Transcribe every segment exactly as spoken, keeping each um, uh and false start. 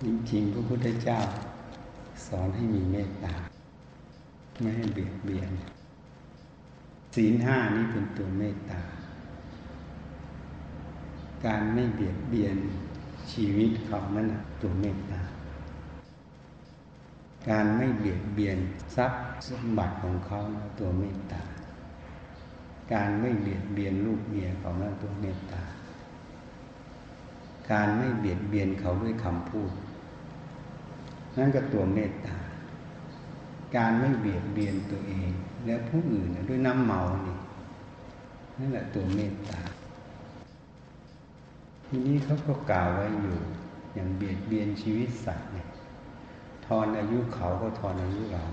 จริงๆพระพุทธเจ้าสอนให้มีเมตตาไม่ให้เบียดเบียนศีลห้านี้เป็นตัวเมตตาการไม่เบียดเบียนชีวิตเขานั่นนะตัวเมตตาการไม่เบียดเบียนทรัพย์สมบัติของเขานะตัวเมตตาการไม่เบียดเบียนลูกเมียเขานั่นตัวเมตตาการไม่เบียดเบียนเขาด้วยคำพูดนั่นก็ตัวเมตตาการไม่เบียดเบียนตัวเองและผู้อื่นด้วยน้ำเมานี่นั่นแหละตัวเมตตาทีนี้เขาก็กล่าวไว้อยู่อย่างเบียดเบียนชีวิตสัตว์เนี่ยทอนอายุเขาก็ทอนอายุเรา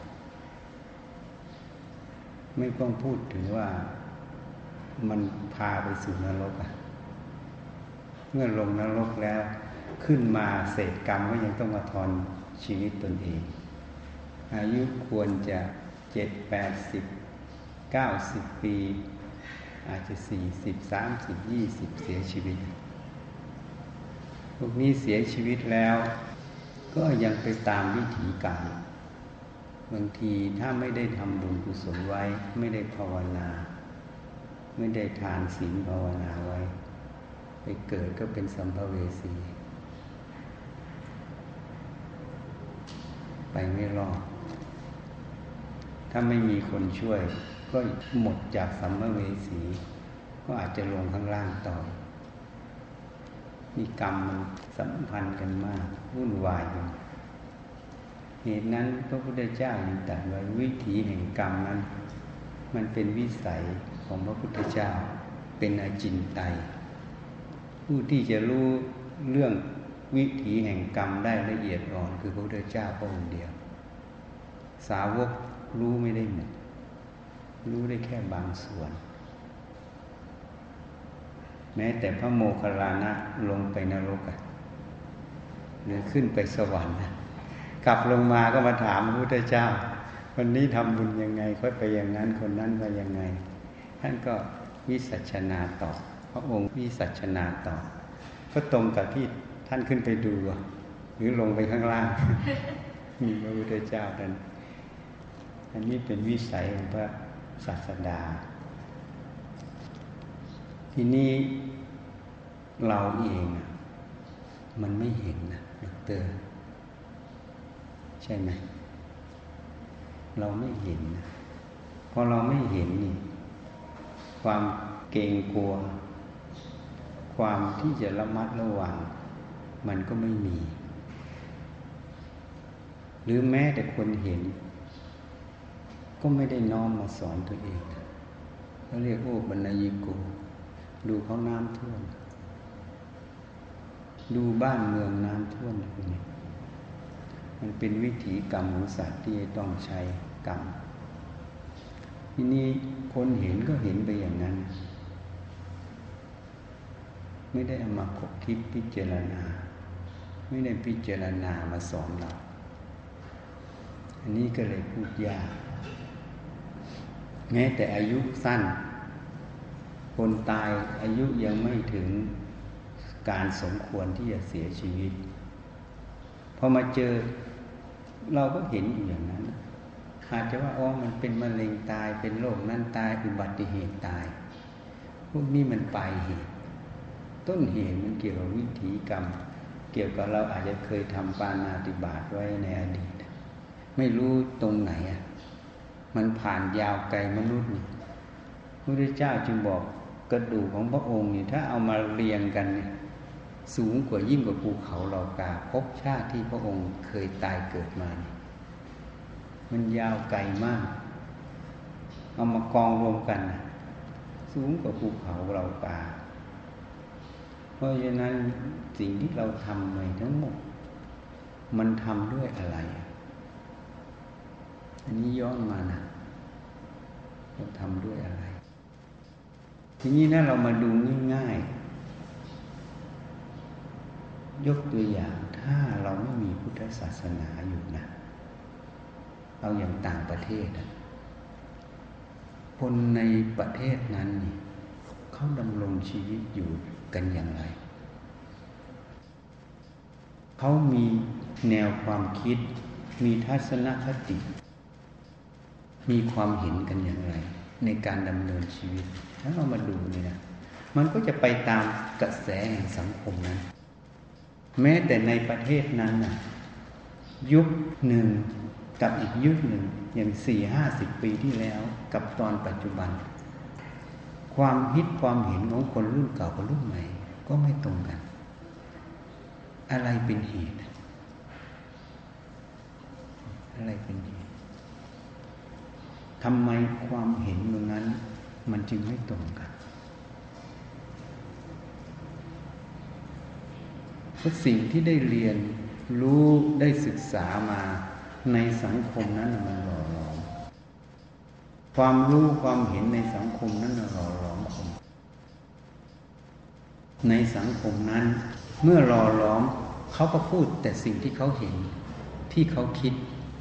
ไม่ต้องพูดถึงว่ามันพาไปสู่นรกอ่ะเมื่อลงนรกแล้วขึ้นมาเศษกรรมก็ยังต้องมาทอนชีวิตตนเองอายุควรจะเจ็ดแปดสิบเก้าสิบปีอาจจะสี่สิบสามสิบยี่สิบเสียชีวิตพวกนี้เสียชีวิตแล้วก็ยังไปตามวิถีกรรมบางทีถ้าไม่ได้ทำบุญกุศลไว้ไม่ได้ภาวนาไม่ได้ทานศีลภาวนาไว้ไปเกิดก็เป็นสัมภเวสีไปไม่รอดถ้าไม่มีคนช่วยก็หมดจากสัมภเวสีก็อาจจะลงข้างล่างต่อมีกรรมมันสัมพันธ์กันมากวุ่นวายกันเหตุนั้นพระพุทธเจ้าจึงตรัสว่าวิถีแห่งกรรมนั้นมันเป็นวิสัยของพระพุทธเจ้าเป็นอจินไตยผู้ที่จะรู้เรื่องวิถีแห่งกรรมได้ละเอียดอ่อนคือพระพุทธเจ้าพระองค์เดียวสาวกรู้ไม่ได้หมดรู้ได้แค่บางส่วนแม้แต่พระโมคคัลลานะลงไปนรกหรือขึ้นไปสวรรค์กลับลงมาก็มาถามพระพุทธเจ้าวันนี้ทำบุญยังไงค่อยไปอย่างนั้นคนนั้นไปยังไงท่านก็วิสัชนาต่อพระองค์วิสัชนาต่อก็ตรงกับที่ท่านขึ้นไปดูหรือลงไปข้างล่าง มีพระพุทธเจ้าท่านอันนี้เป็นวิสัยของพระศาสดาทีนี้เราเองมันไม่เห็นนะดอกเตอร์ใช่ไหมเราไม่เห็นนะพอเราไม่เห็นนี่ความเกรงกลัวความที่จะระมัดระวังมันก็ไม่มีหรือแม้แต่คนเห็นก็ไม่ได้น้อมมาสอนตัวเองเขาเรียกโอ้บรรณยิโกดูเขาน้ำท่วมดูบ้านเมืองน้ำท่วมพวกนี้มันเป็นวิถีกรรมของสัตว์ที่ต้องใช้กรรมทีนี้คนเห็นก็เห็นไปอย่างนั้นไม่ได้เอามาคบคิดพิจารณาไม่ได้พิจารณามาสอนเราอันนี้ก็เลยพูดยากแม้แต่อายุสั้นคนตายอายุยังไม่ถึงการสมควรที่จะเสียชีวิตพอมาเจอเราก็เห็นอยู่อย่างนั้นอาจจะว่าอ๋อมันเป็นมะเร็งตายเป็นโรคนั้นตายอุบัติเหตุตายพวกนี้มันปลายเหตุต้นเหตุมันเกี่ยวกับวิถีกรรมเกี่ยวกับเราอาจจะเคยทำปาณาติบาตไว้ในอดีตไม่รู้ตรงไหนอ่ะมันผ่านยาวไกลมนุษย์นี่พระพุทธเจ้าจึงบอกกระดูกของพระองค์นี่ถ้าเอามาเรียงกันเนี่ยสูงกว่ายิ่งกว่าภูเขาเหล่ากาภพชาติที่พระองค์เคยตายเกิดมานี่มันยาวไกลมากเอามากองรวมกันสูงกว่าภูเขาเหล่ากาเพราะฉะนั้นสิ่งที่เราทำไปทั้งหมดมันทำด้วยอะไรอันนี้ย้อนมานะเราทำด้วยอะไรทีนี้ถ้าเรามาดูง่ายๆยกตัวอย่างถ้าเราไม่มีพุทธศาสนาอยู่นะเอาอย่างต่างประเทศคนในประเทศนั้นนี่เขาดำรงชีวิตอยู่กันอย่างไรเขามีแนวความคิดมีทัศนคติมีความเห็นกันอย่างไรในการดำเนินชีวิตถ้าเรามาดูนี่นะมันก็จะไปตามกระแสแห่งสังคมนั้นแม้แต่ในประเทศนั้นนะยุคหนึ่งกับอีกยุคหนึ่งอย่างสี่ห้าสิบปีที่แล้วกับตอนปัจจุบันความคิดความเห็นของคนรุ่นเก่ากับรุ่นใหม่ก็ไม่ตรงกันอะไรเป็นเหตุอะไรเป็นเหตุทำไมความเห็นตรงนั้นมันจึงไม่ตรงกันเพราะสิ่งที่ได้เรียนรู้ได้ศึกษามาในสังคมนั้นมันหล่อหลอมความรู้ความเห็นในสังคมนั้นหล่อหลอมคนในสังคมนั้นเมื่อหล่อหลอมเขาก็พูดแต่สิ่งที่เขาเห็นที่เขาคิด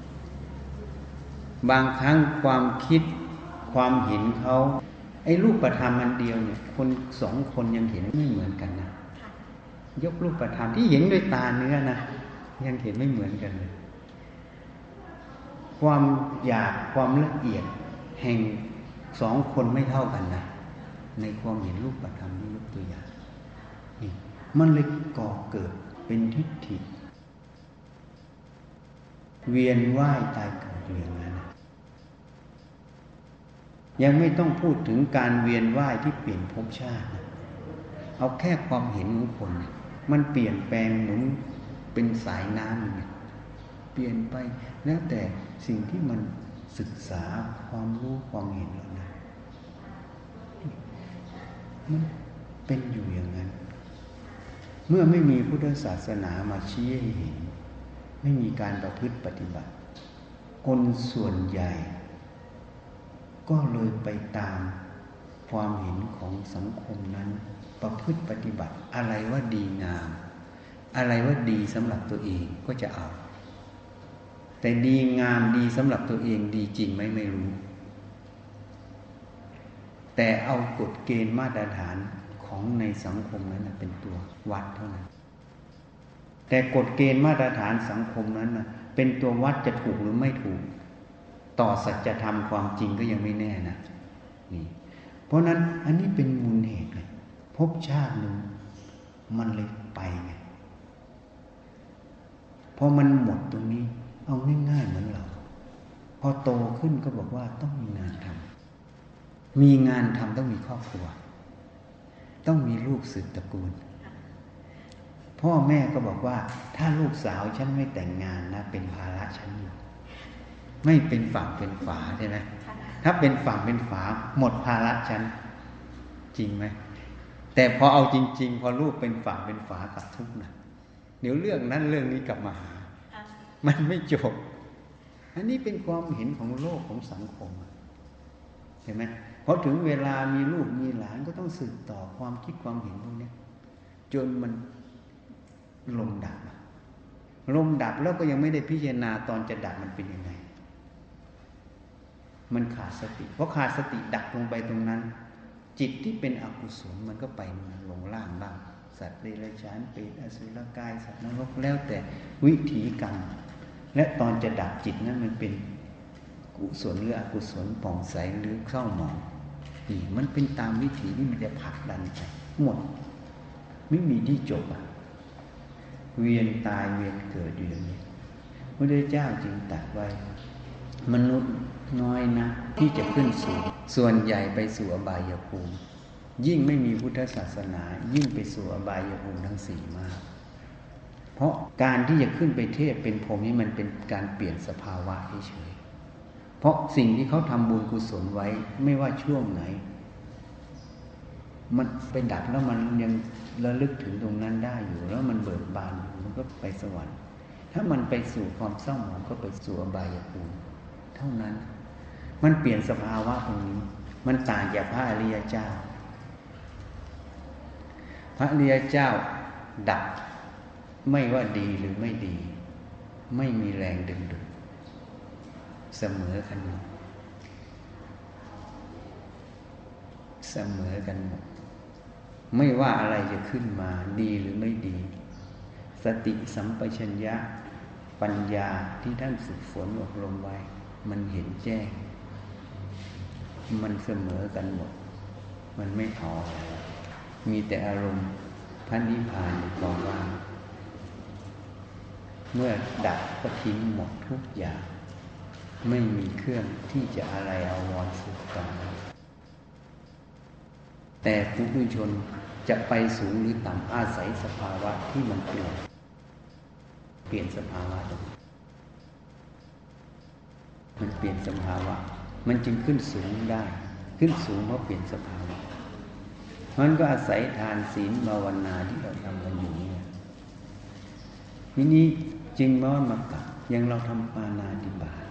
บางครั้งความคิดความเห็นเขาไอ้รูปธรรมอันเดียวเนี่ยคนสองคนยังเห็นไม่เหมือนกันนะยกรูปธรรมที่เห็นด้วยตาเนื้อนะยังเห็นไม่เหมือนกันเลยความอยากความละเอียดแห่งสองคนไม่เท่ากันนะในความเห็นรูปธรรมนี่ยกตัวอย่างนี่มันเลยก่อเกิดเป็นทิฏฐิเวียนว่ายตายเกิดอย่างนั้นยังไม่ต้องพูดถึงการเวียนว่ายที่เปลี่ยนภพชาตินะเอาแค่ความเห็นของคนมันเปลี่ยนแปลงเหมือนเป็นสายน้ำอย่างนี้เปลี่ยนไปแล้วแต่สิ่งที่มันศึกษาความรู้ความเห็นแล้วนะมันเป็นอยู่อย่างนั้นเมื่อไม่มีพุทธศาสนามาชี้ให้เห็นไม่มีการประพฤติปฏิบัติคนส่วนใหญ่ก็เลยไปตามความเห็นของสังคมนั้นประพฤติปฏิบัติอะไรว่าดีงามอะไรว่าดีสำหรับตัวเองก็จะเอาแต่ดีงามดีสำหรับตัวเองดีจริงไหมไม่รู้แต่เอากฎเกณฑ์มาตรฐานของในสังคมนั้นเป็นตัววัดเท่านั้นแต่กฎเกณฑ์มาตรฐานสังคมนั้นเป็นตัววัดจะถูกหรือไม่ถูกต่อสัจธรรมความจริงก็ยังไม่แน่นะนี่เพราะนั้นอันนี้เป็นมูลเหตุเลยภพชาติหนึ่งมันเลยไปไงพอมันหมดตรงนี้เอาง่ายๆเหมือนเราพอโตขึ้นก็บอกว่าต้องมีงานทำมีงานทำต้องมีครอบครัวต้องมีลูกสืบตระกูลพ่อแม่ก็บอกว่าถ้าลูกสาวฉันไม่แต่งงานนะเป็นภาระฉันอยู่ไม่เป็นฝั่งเป็นฝาใช่ไหมถ้าเป็นฝั่งเป็นฝาหมดภาระฉันจริงไหมแต่พอเอาจริงๆพอลูกเป็นฝั่งเป็นฝากับทุกข์นะเดี๋ยวเรื่องนั้นเรื่องนี้กลับมาหามันไม่จบอันนี้เป็นความเห็นของโลกของสังคมเห็นไหมพอถึงเวลามีลูกมีหลานก็ต้องสืบต่อความคิดความเห็นพวกนี้จนมันลมดับลมดับแล้วก็ยังไม่ได้พิจารณาตอนจะดับมันเป็นยังไงมันขาดสติเพราะขาดสติดักลงไปตรงนั้นจิตที่เป็นอกุศลมันก็ไปลงล่างบ้างสัตว์เดรัจฉานเปรตอสุรกายสัตว์นรกแล้วแต่วิถีกรรมและตอนจะดับจิตนั้นมันเป็นกุศลหรืออกุศลผ่องใสหรือเศร้าหมองนี่มันเป็นตามวิถีที่มันจะผลักดันไปหมดไม่มีที่จบอ่ะเวียนตายเวียนเกิดอยู่อย่างนี้พระพุทธเจ้าจึงตรัสไว้มนุษย์น้อยนะที่จะขึ้นสู่ส่วนใหญ่ไปสู่อบายภูมิยิ่งไม่มีพุทธศาสนายิ่งไปสู่อบายภูมิทั้งสี่มากเพราะการที่จะขึ้นไปเทศเป็นพรหมนี่มันเป็นการเปลี่ยนสภาวะเฉยๆเพราะสิ่งที่เขาทำบุญกุศลไว้ไม่ว่าช่วงไหนมันไปดับแล้วมันยังระลึกถึงตรงนั้นได้อยู่แล้วมันเบิกบานอยู่มันก็ไปสวรรค์ถ้ามันไปสู่ความเศร้าหมองก็ไปสู่อบายภูมิเท่านั้นมันเปลี่ยนสภาวะตรงนี้มันต่างจากพระอริยเจ้าพระอริยเจ้าดับไม่ว่าดีหรือไม่ดีไม่มีแรงดึงดูดเสมอกันหมดเสมอกันหมดไม่ว่าอะไรจะขึ้นมาดีหรือไม่ดีสติสัมปชัญญะปัญญาที่ท่านฝึกฝนอบรมไว้มันเห็นแจ้งมันเสมอกันหมดมันไม่เอาอะไรมีแต่อารมณ์พระนิพพานบอกว่าเมื่อดับก็ทิ้งหมดทุกอย่างไม่มีเครื่องที่จะอะไรเอาวรสืบต่อแต่ผู้ผู้ชนจะไปสูงหรือต่ำอาศัยสภาวะที่มันเปลี่ยนเปลี่ยนสภาวะตรงมันเปลี่ยนสภาวะมันจึงขึ้นสูงได้ขึ้นสูงเพราะเปลี่ยนสภาวะมันก็อาศัยทานศีลภาวนาที่เราทำกันอยู่นี่ทีนี้จึงม้อนมากับยังเราทำปาณาติบาต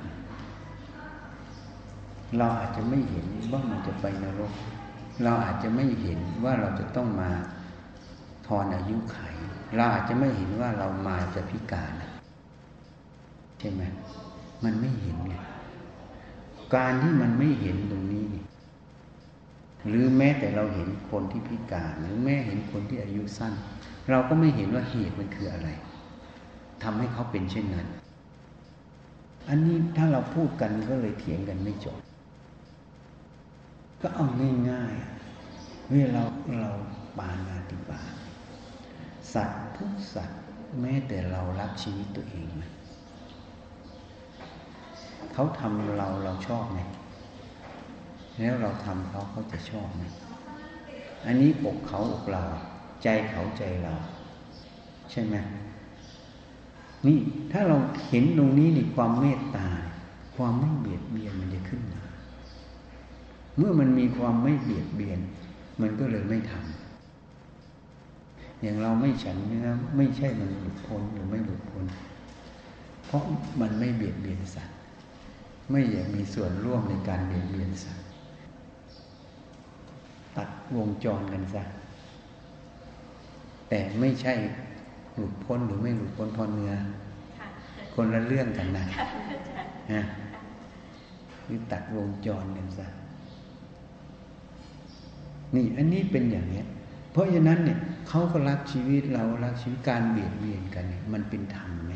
เราอาจจะไม่เห็นว่ามันจะไปนรกเราอาจจะไม่เห็นว่าเราจะต้องมาทอนอายุไขเราอาจจะไม่เห็นว่าเรามาจะพิการใช่ไหมมันไม่เห็นไงการที่มันไม่เห็นตรงนี้นี่หรือแม้แต่เราเห็นคนที่พิการหรือแม้เห็นคนที่อายุสั้นเราก็ไม่เห็นว่าเหตุมันคืออะไรทำให้เขาเป็นเช่นนั้นอันนี้ถ้าเราพูดกันก็เลยเถียงกันไม่จบก็เอาง่ายๆเวลาเราปาณาติบาตสัตว์ทุกสัตว์แม้แต่เรารักชีวิตตัวเองนะเขาทำเราเราชอบไหมแล้วเราทำเขาเขาจะชอบไหมอันนี้อกเขาอกเราใจเขาใจเราใช่ไหมนี่ถ้าเราเห็นตรงนี้นี่ความเมตตาความไม่เบียดเบียนมันจะขึ้นมาเมื่อมันมีความไม่เบียดเบียนมันก็เลยไม่ทำอย่างเราไม่ฉันเนื้อไม่ใช่มันหลุดพ้นหรือไม่หลุดพ้นเพราะมันไม่เบียดเบียนสัตว์ไม่อยากมีส่วนร่วมในการเบียดเบียนสัตว์ตัดวงจรกันซะแต่ไม่ใช่หลุดพ้นหรือไม่หลุดพ้นพอเนื้อคนละเรื่องกันนะฮะคือตัดวงจรกันซะนี่อันนี้เป็นอย่างนี้เพราะฉะนั้นเนี่ยเขาก็รักชีวิตเรารักชีวิตการเบียดเบียนกันเนี่ยมันเป็นธรรมไหม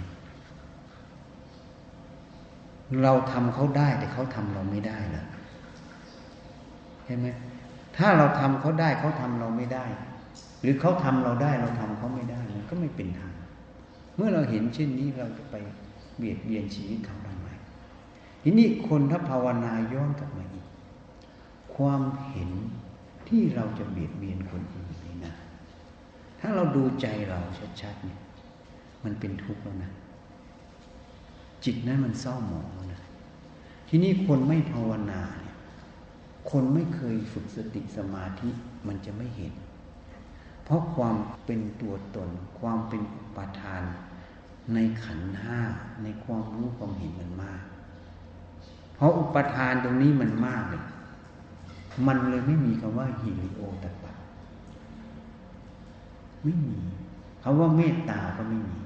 เราทำเขาได้แต่เขาทำเราไม่ได้เหรอใช่ไหมถ้าเราทำเขาได้เขาทำเราไม่ได้หรือเขาทำเราได้เราทำเขาไม่ได้มันก็ไม่เป็นธรรมเมื่อเราเห็นเช่นนี้เราจะไปเบียดเบียนชีวิตเขาทำไมทีนี้คนถ้าภาวนาย้อนกลับมาอีกความเห็นที่เราจะเบียดเบียนคนอื่นนี่นะถ้าเราดูใจเราชัดๆเนี่ยมันเป็นทุกข์แล้วนะจิตนั้นมันเศร้าหมองแล้วนะทีนี้คนไม่ภาวนาเนี่ยคนไม่เคยฝึกสติสมาธิมันจะไม่เห็นเพราะความเป็นตัวตนความเป็นอุปาทานในขันธ์ห้าในความรู้ความเห็นมันมากเพราะอุปาทานตรงนี้มันมากเลยมันเลยไม่มีคำว่าหิริโอตปะไม่มีคำว่าเมตตาก็ไม่มี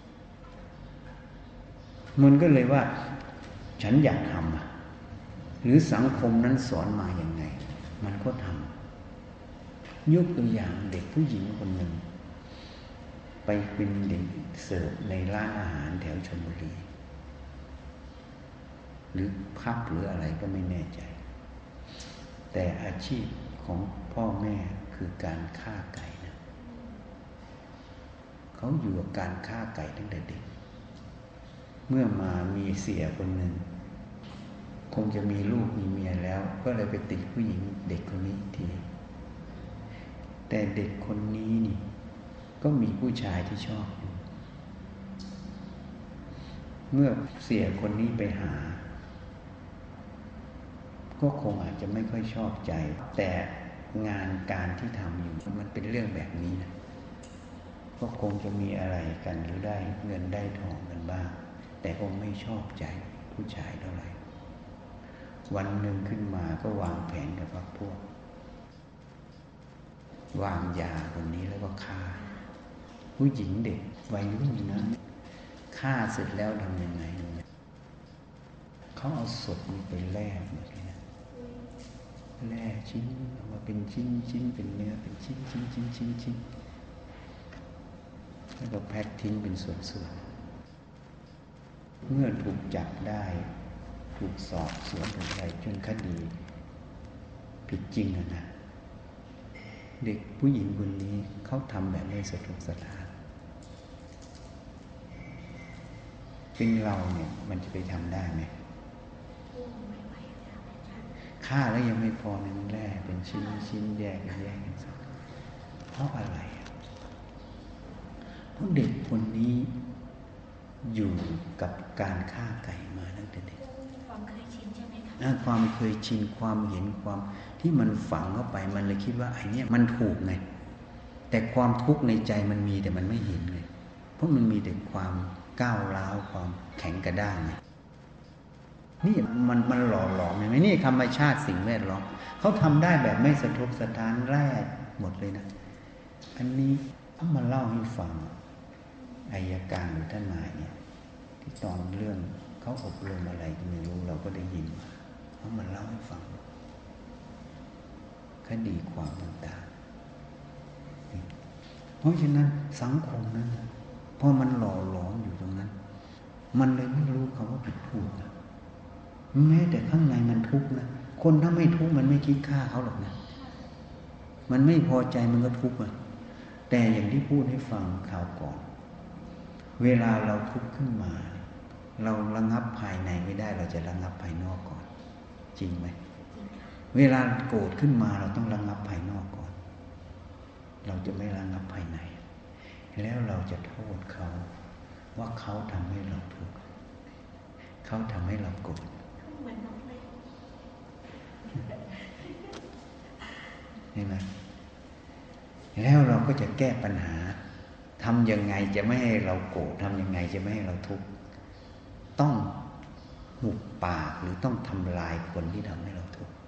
มันก็เลยว่าฉันอยากทำอ่ะหรือสังคมนั้นสอนมาอย่างไงมันก็ทำยกตัวอย่างเด็กผู้หญิงคนหนึ่งไปเป็นเด็กเสิร์ฟในร้านอาหารแถวชลบุรีหรือพักหรืออะไรก็ไม่แน่ใจแต่อาชีพของพ่อแม่คือการฆ่าไก่นะเขาอยู่กับการฆ่าไก่ตั้งแต่เด็กเมื่อมามีเสียคนหนึ่งคงจะมีลูกมีเมียแล้วก็เลยไปติดผู้หญิงเด็กคนนี้ทีแต่เด็กคนนี้นี่ก็มีผู้ชายที่ชอบอยู่เมื่อเสียคนนี้ไปหาก็คงอาจจะไม่ค่อยชอบใจแต่งานการที่ทำอยู่มันเป็นเรื่องแบบนี้นะก็คงจะมีอะไรกันหรือได้เงินได้ทองกันบ้างแต่คงไม่ชอบใจผู้ชายเท่าไหร่วันหนึ่งขึ้นมาก็วางแผนกับพรรคพวกวางยาคนนี้แล้วก็ฆ่าผู้หญิงเด็กวัยรุ่นนะฆ่าเสร็จแล้วทำยังไงเขาเอาศพมันไปแล่หมดเลยนะแล่ชิ้นออกมาเป็นชิ้นชิ้นเป็นเนื้อเป็นชิ้นชิ้นชิ้นชิ้นชิ้นแล้วก็แพ็คทิ้งเป็นส่วนเมื่อถูกจับได้ถูกสอบสวนถูกอะไรจนคดีผิดจริงนะนะเด็กผู้หญิงคนนี้เขาทำแบบไม่สะทกสถานเป็นเราเนี่ยมันจะไปทำได้ไหมฆ่าแล้วยังไม่พอในแร่เป็นชิ้นชิ้นแยกแยกกันสักเพราะอะไรเพราะเด็กคนนี้อยู่กับการฆ่าไก่มาตั้งแต่เด็กความเคยชินใช่ไหมคะความเคยชินความเห็นความที่มันฝังเข้าไปมันเลยคิดว่าไอ้นี่มันถูกไงแต่ความทุกข์ในใจมันมีแต่มันไม่เห็นไงเพราะมันมีแต่ความก้าวร้าวความแข็งกระด้างไงนี่มันมันหล่อหลอมใช่ไหมนี่ธรรมชาติสิ่งแวดล้อมเขาทำได้แบบไม่สะทกสะท้านแรกหมดเลยนะอันนี้เขามาเล่าให้ฟังอัยการหรือท่านนายเนี่ยที่ตอนเรื่องเขาอบรมอะไรก็ไม่รู้เราก็ได้ยินเขามาเล่าให้ฟังคดีความต่างๆเพราะฉะนั้นสังคมนั้นพอมันหล่อหลอมอยู่ตรงนั้นมันเลยไม่รู้คำว่าผิดถูกนะแม้แต่ข้างในมันทุกข์นะคนถ้าไม่ทุกข์มันไม่คิดฆ่าเขาหรอกนะมันไม่พอใจมันก็ทุกข์อ่ะแต่อย่างที่พูดให้ฟังข่าวก่อนเวลาเราทุกข์ขึ้นมาเราระงับภายในไม่ได้เราจะระงับภายนอกก่อนจริงไหมเวลาโกรธขึ้นมาเราต้องระงับภายนอกก่อนเราจะไม่ระงับภายในแล้วเราจะโทษเขาว่าเขาทำให้เราทุกข์เขาทำให้เราโกรธเหมือนน้องเลยเห็นไหมแล้วเราก็จะแก้ปัญหาทำยังไงจะไม่ให้เราโกรธทำยังไงจะไม่ให้เราทุกข์ต้องหุบปากหรือต้องทำลายคนที่ทำให้เราทุกข์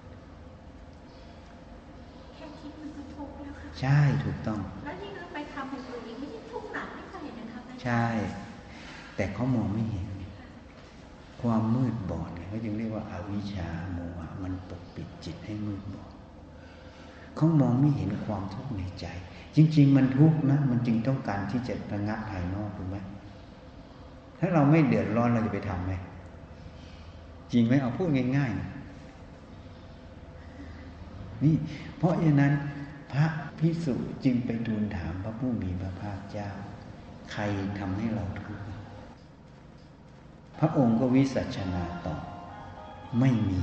แค่คิดมันก็ทุกข์แล้วค่ะใช่ถูกต้องแล้วยิ่งเราไปทำเป็นตัวเองไม่ใช่ทุกข์หนักไม่ใช่นะคะใช่แต่เขามองไม่เห็นความมืดบอดเนี่ยเขาจึงเรียกว่าอวิชชาโมหะมันปกปิดจิตให้มืดบอดเขามองไม่เห็นความทุกข์ในใจจริงๆมันทุกข์นะมันจึงต้องการที่จะระงับภายนอกถูกไหมถ้าเราไม่เดือดร้อนเราจะไปทำไหมจริงไหมเอาพูดง่ายๆนี่เพราะฉะนั้นพระภิกษุจึงไปทูลถามพระผู้มีพระภาคเจ้าใครทำให้เราทุกข์พระองค์ก็วิสัชนาตอบไม่มี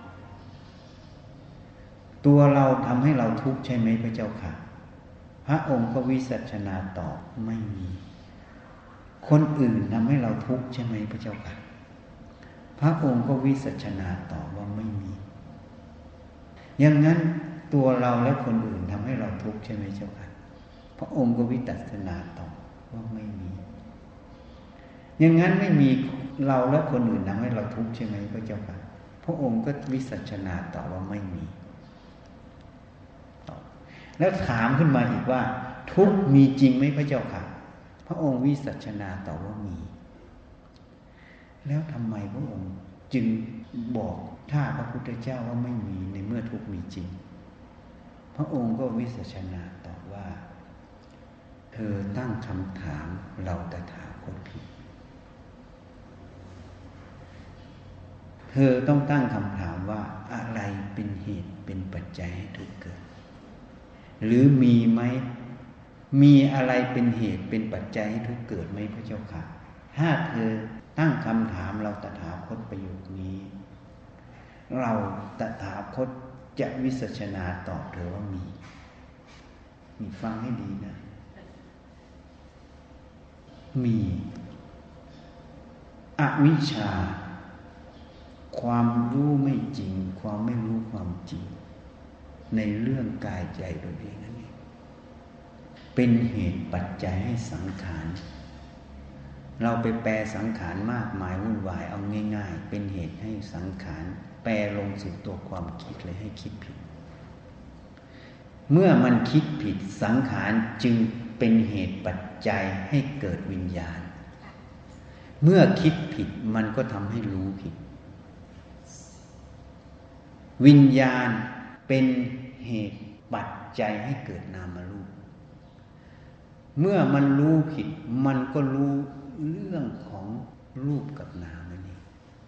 ตัวเราทำให้เราทุกข์ใช่ไหมพระเจ้าค่ะพระองค์ก็วิสัชนาตอบไม่มีคนอื่นทำให้เราทุกข์ใช่ไหมพระเจ้าค่ะพระองค์ก็วิสัชนาตอบว่าไม่มีอย่างนั้นตัวเราและคนอื่นทำให้เราทุกข์ใช่ไหมเจ้าค่ะพระองค์ก็วิตัสนาตอบว่าไม่มีอย่างนั้นไม่มีเราและคนอื่นทำให้เราทุกข์ใช่ไหมพระเจ้าค่ะพระองค์ก็วิสัชนาตอบว่าไม่มีแล้วถามขึ้นมาอีกว่าทุกข์มีจริงไหมพระเจ้าค่ะพระองค์วิสัชนาตอบว่ามีแล้วทำไมพระองค์จึงบอกถ้าพระพุทธเจ้าว่าไม่มีในเมื่อทุกข์มีจริงพระองค์ก็วิสัชนาตอบว่าเธอตั้งคำถามเราตถาคตผิดเธอต้องตั้งคำถามว่าอะไรเป็นเหตุเป็นปัจจัยให้ทุกข์เกิดหรือมีไหมมีอะไรเป็นเหตุเป็นปัจจัยให้ทุกข์เกิดไหมพระเจ้าค่ะถ้าเธอตั้งคำถามเราตถาคตประโยคนี้เราตถาคตจะวิสัชนาตอบเธอว่ามีมีฟังให้ดีนะมีอวิชชาความรู้ไม่จริงความไม่รู้ความจริงในเรื่องกายใจตัวเองนั่นเองเป็นเหตุปัจจัยให้สังขารเราไปแปลสังขารมากมายวุ่นวายเอาง่ายๆเป็นเหตุให้สังขารแปลลงสู่ตัวความคิดเลยให้คิดผิดเมื่อมันคิดผิดสังขารจึงเป็นเหตุปัจจัยให้เกิดวิญญาณเมื่อคิดผิดมันก็ทำให้รู้ผิดวิญญาณเป็นเหตุปัจจัยให้เกิดนามรูปเมื่อมันรู้ผิดมันก็รู้เรื่องของรูปกับนามนี่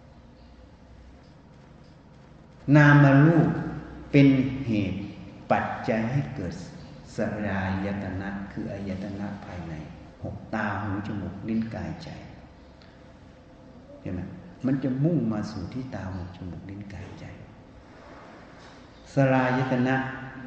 นามารูปเป็นเหตุปัจจัยให้เกิดสลายตนะคืออายตนะภายในหกตาหูจมูกลิ้นกายใจเห็นไหมมันจะมุ่งมาสู่ที่ตาหูจมูกลิ้นกายใจสลายตนะ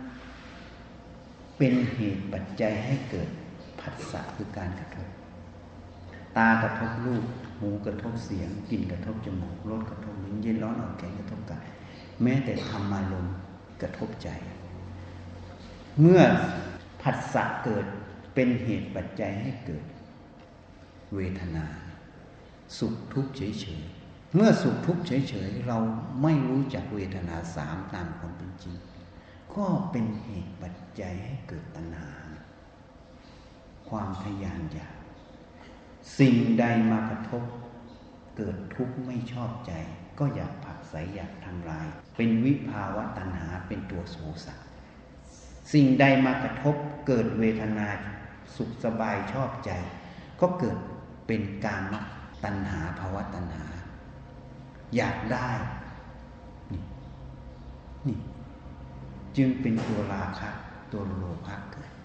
เป็นเหตุปัจจัยให้เกิดผัสสะคือการกระทบตากระทบรูปหูกระทบเสียงกลิ่นกระทบจมูกรสกระทบลิ้นเย็นร้อนอ่อนแข็งกระทบกายแม้แต่ธรรมารมณ์กระทบใจเมื่อผัสสะเกิดเป็นเหตุปัจจัยให้เกิดเวทนาสุขทุกข์เฉยๆเมื่อสุขทุกข์เฉยๆเราไม่รู้จักเวทนาสามตามความเป็นจริงก็เป็นเหตุปัจจัยให้เกิดตัณหาความทะยานอยากสิ่งใดมากระทบเกิดทุกข์ไม่ชอบใจก็อยากผลักไสอยากทำลายเป็นวิภาวะตัณหาเป็นตัวโสสะสิ่งใดมากระทบเกิดเวทนาสุขสบายชอบใจก็เกิดเป็นกามตัณหาภาวะตัณหาอยากได้นี่นี่จึงเป็นตัวราคะตัวโลภะเกิด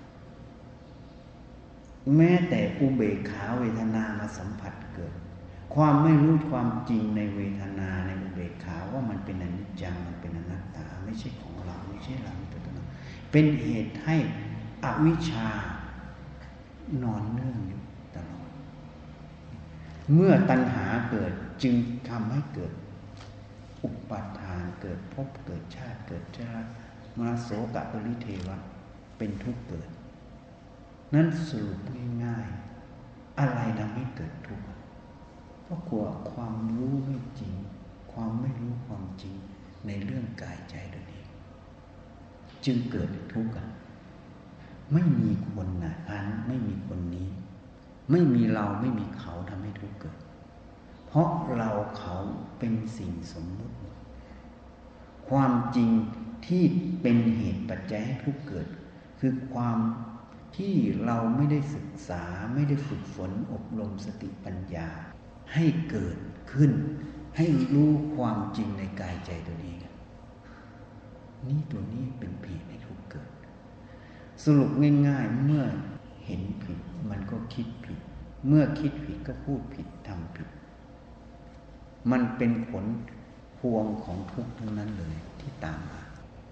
แม้แต่อุเบกขาเวทนามาสัมผัสเกิดความไม่รู้ความจริงในเวทนาในอุเบกขาว่ามันเป็นอนิจจังมันเป็นอนัตตาไม่ใช่ของเราไม่ใช่เราเป็นตัวเราเป็นเหตุให้อวิชชานอนเนื่องอยู่ตลอดเมื่อตัณหาเกิดจึงทำให้เกิดอุปาทานเกิดภพเกิดชาติเกิดชรามาโสกะปริเทวะเป็นทุกข์เกิดนั้นสรุปง่ายๆอะไรทำให้เกิดทุกข์เพราะกลัวความรู้ไม่จริงความไม่รู้ความจริงในเรื่องกายใจตัวเองจึงเกิดทุกข์กันไม่มีคนน่ะอันไม่มีคนนี้ไม่มีเราไม่มีเขาทำให้ทุกข์เกิดเพราะเราเขาเป็นสิ่งสมมุติความจริงที่เป็นเหตุปัจจัยให้ทุกข์เกิดคือความที่เราไม่ได้ศึกษาไม่ได้ฝึกฝนอบรมสติปัญญาให้เกิดขึ้นให้รู้ความจริงในกายใจตัวนี้นี่ตัวนี้เป็นเหตุให้ทุกข์เกิดสรุปง่ายๆเมื่อเห็นผิดมันก็คิดผิดเมื่อคิดผิดก็พูดผิดทำผิดมันเป็นผลพวงของทุกข์ทั้งนั้นเลยที่ตามมา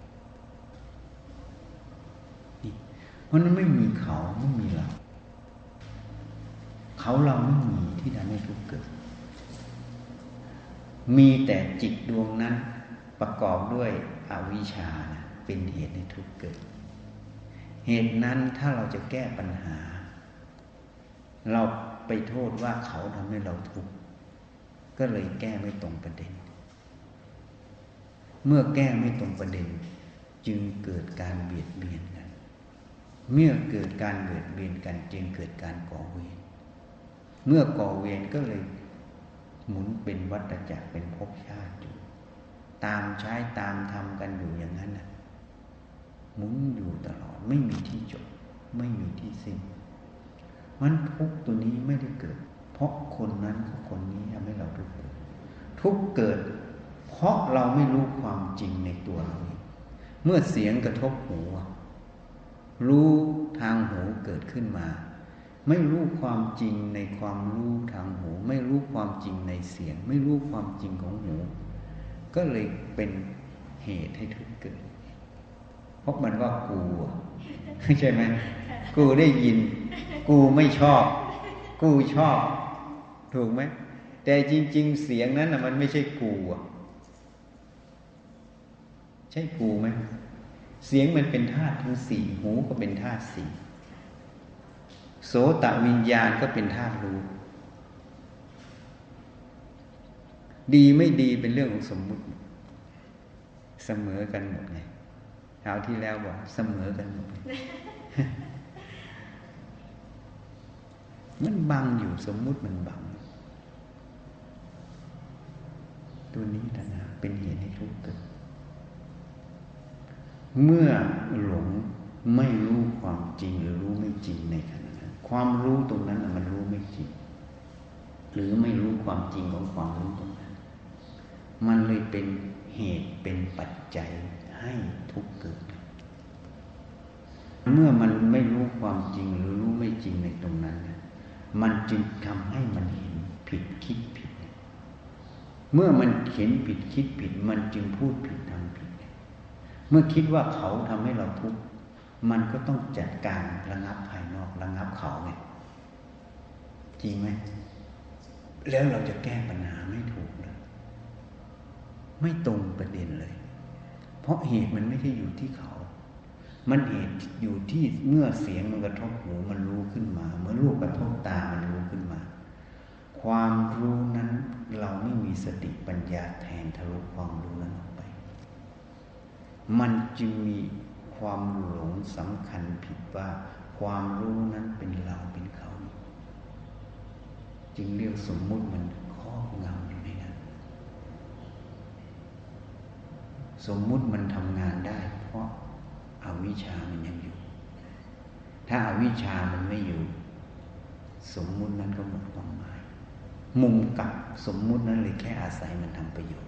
นี่เพราะนั้นไม่มีเขาไม่มีเราเขาเราไม่มีที่ทำให้ทุกข์เกิดมีแต่จิตดวงนั้นประกอบด้วยอวิชชานะเป็นเหตุให้ทุกข์เกิดเหตุนั้นถ้าเราจะแก้ปัญหาเราไปโทษว่าเขาทำให้เราทุกข์ก็เลยแก้ไม่ตรงประเด็นเมื่อแก้ไม่ตรงประเด็นจึงเกิดการเบียดเบียนกันเมื่อเกิดการเบียดเบียนกันจึงเกิดการก่อเวรเมื่อก่อเวรก็เลยหมุนเป็นวัฏจักรเป็นภพชาติอยู่ตามใช้ตามทำกันอยู่อย่างนั้นน่ะหมุนอยู่ตลอดไม่มีที่จบไม่มีที่สิ้นมันทุกข์ตัวนี้ไม่ได้เกิดเพราะคนนั้นกับคนนี้ทำให้เราทุกข์เกิดทุกข์เกิดเพราะเราไม่รู้ความจริงในตัวเราเองเมื่อเสียงกระทบหูรู้ทางหูเกิดขึ้นมาไม่รู้ความจริงในความรู้ทางหูไม่รู้ความจริงในเสียงไม่รู้ความจริงของหูก็เลยเป็นเหตุให้ทุกข์เกิดเพราะมันว่ากูใช่ไหมกูได้ยินกูไม่ชอบกูชอบถูกไหมแต่จริงๆเสียงนั้นน่ะมันไม่ใช่กูใช่กูไหมเสียงมันเป็นธาตุทั้งสี่หูก็เป็นธาตุสี่โสตวิญญาณก็เป็นธาตุรู้ดีไม่ดีเป็นเรื่องของสมมุติเสมอกันหมดไงคราวที่แล้วบอกเสมอกันหมดมันบังอยู่สมมุติมันบังตัวนี้ต่างหากเป็นเหตุให้ทุกข์เกิดเมื่อหลงไม่รู้ความจริงหรือรู้ไม่จริงในขณะนั้นความรู้ตรงนั้นมันรู้ไม่จริงหรือไม่รู้ความจริงของความรู้ตรงนั้นมันเลยเป็นเหตุเป็นปัจจัยให้ทุกข์เกิดเมื่อมันไม่รู้ความจริงหรือรู้ไม่จริงในตรงนั้นมันจึงทำให้มันเห็นผิดคิดผิดเมื่อมันเห็นผิดคิดผิดมันจึงพูดผิดทำผิดเมื่อคิดว่าเขาทำให้เราทุกข์มันก็ต้องจัดการระงับภายนอกระงับเขาไงจริงไหมแล้วเราจะแก้ปัญหาไม่ถูกเลยไม่ตรงประเด็นเลยเพราะเหตุมันไม่ใช่อยู่ที่เขามันเหตุอยู่ที่เมื่อเสียงมันกระทบหูมันรู้ขึ้นมาเมื่อรูปกระทบตามันรู้ขึ้นมาความรู้นั้นเราไม่มีสติปัญญาแทนทะลุความรู้นั้นออกไปมันจึงมีความหลงสำคัญผิดว่าความรู้นั้นเป็นเราเป็นเขาจึงเรียกสมมุติมันครอบงำอยู่ในนั้นสมมุติมันทำงานได้เพราะอวิชชามันยังอยู่ถ้าอาวิชชามันไม่อยู่สมมุตินั้นก็หมดความหมายมุมกับสมมุตินั้นเลยแค่อาศัยมันทำประโยชน์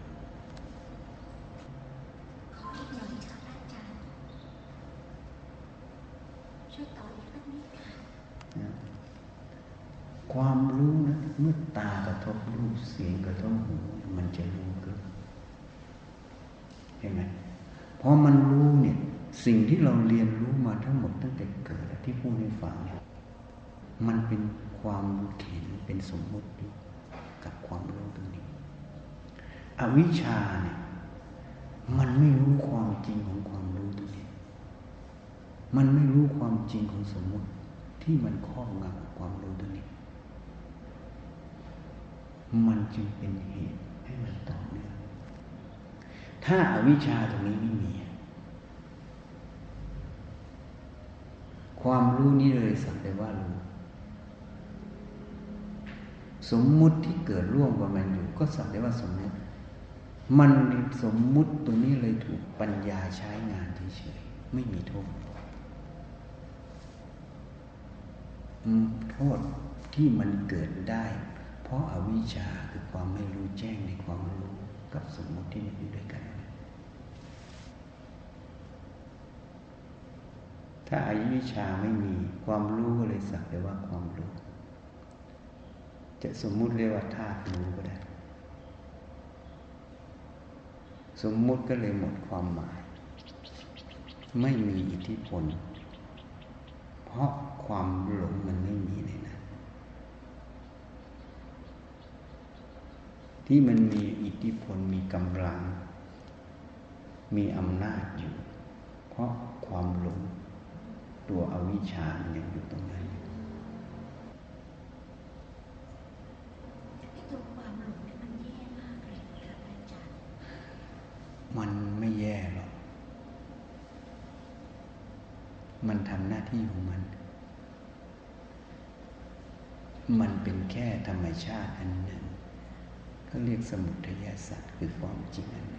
ขออีกหน่อยค่ะอาจารย์ช่วยต่ออีกสักนิดค่ะความรู้นะเมื่อตากระทบรูปเสียงกระทบหูมันจะรู้เกิดเห็นไหมพอมันรู้เนี่ยสิ่งที่เราเรียนรู้มาทั้งหมดตั้งแต่เกิดที่พูดให้ฟังเนี่ยมันเป็นความเห็นเป็นสมมุติกับความรู้ตรงนี้อวิชชาเนี่ยมันไม่รู้ความจริงของความรู้ตรงนี้มันไม่รู้ความจริงของสมมุติที่มันครอบงำความรู้ตรงนี้มันจึงเป็นเหตุให้มันต่อเนื่องถ้าอวิชชาตรงนี้ไม่มีความรู้นี้เลยสักแต่ว่ารู้สมมุติที่เกิดร่วมกับมันอยู่ก็สักแต่ว่าสมมุติมันสมมุติตรงนี้เลยถูกปัญญาใช้งานเฉยๆไม่มีโทษโทษที่มันเกิดได้เพราะอวิชชาคือความไม่รู้แจ้งในความรู้กับสมมุติที่มันอยู่ด้วยกันถ้าอวิชชาไม่มีความรู้ก็เลยสักแต่ว่าความรู้จะสมมุติเรียกว่าธาตุรู้ก็ได้สมมุติก็เลยหมดความหมายไม่มีอิทธิพลเพราะความหลงมันไม่มีในนั้นที่มันมีอิทธิพลมีกำลังมีอำนาจอยู่เพราะความหลงตัวอวิชชามันยังอยู่ตรงนั้นตัวความหลงเนี่ยมันแย่มากเลยค่ะอาจารย์มันไม่แย่หรอกมันทำหน้าที่ของมันมันเป็นแค่ธรรมชาติอันหนึ่งเขาเรียกสมุทัยสัจคือความจริงอันหนึ่ง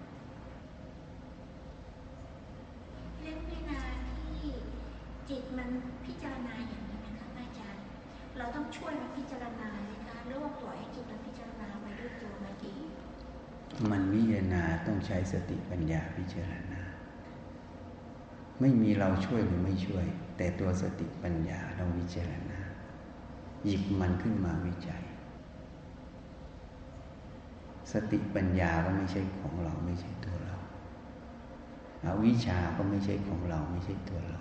เรื่องเวลาที่จิตมันพิจารณาอย่างนี้นะคะอาจารย์เราต้องช่วยมันพิจารณาเลยคะหรือว่าปล่อยให้จิตมันพิจารณาไปด้วยตัวมันเองมันพิจารณาต้องใช้สติปัญญาพิจารณาไม่มีเราช่วยหรือไม่ช่วยแต่ตัวสติปัญญาต้องพิจารณาหยิบมันขึ้นมาวิจัยสติปัญญาก็ไม่ใช่ของเราไม่ใช่ตัวเราอวิชชาก็ไม่ใช่ของเราไม่ใช่ตัวเรา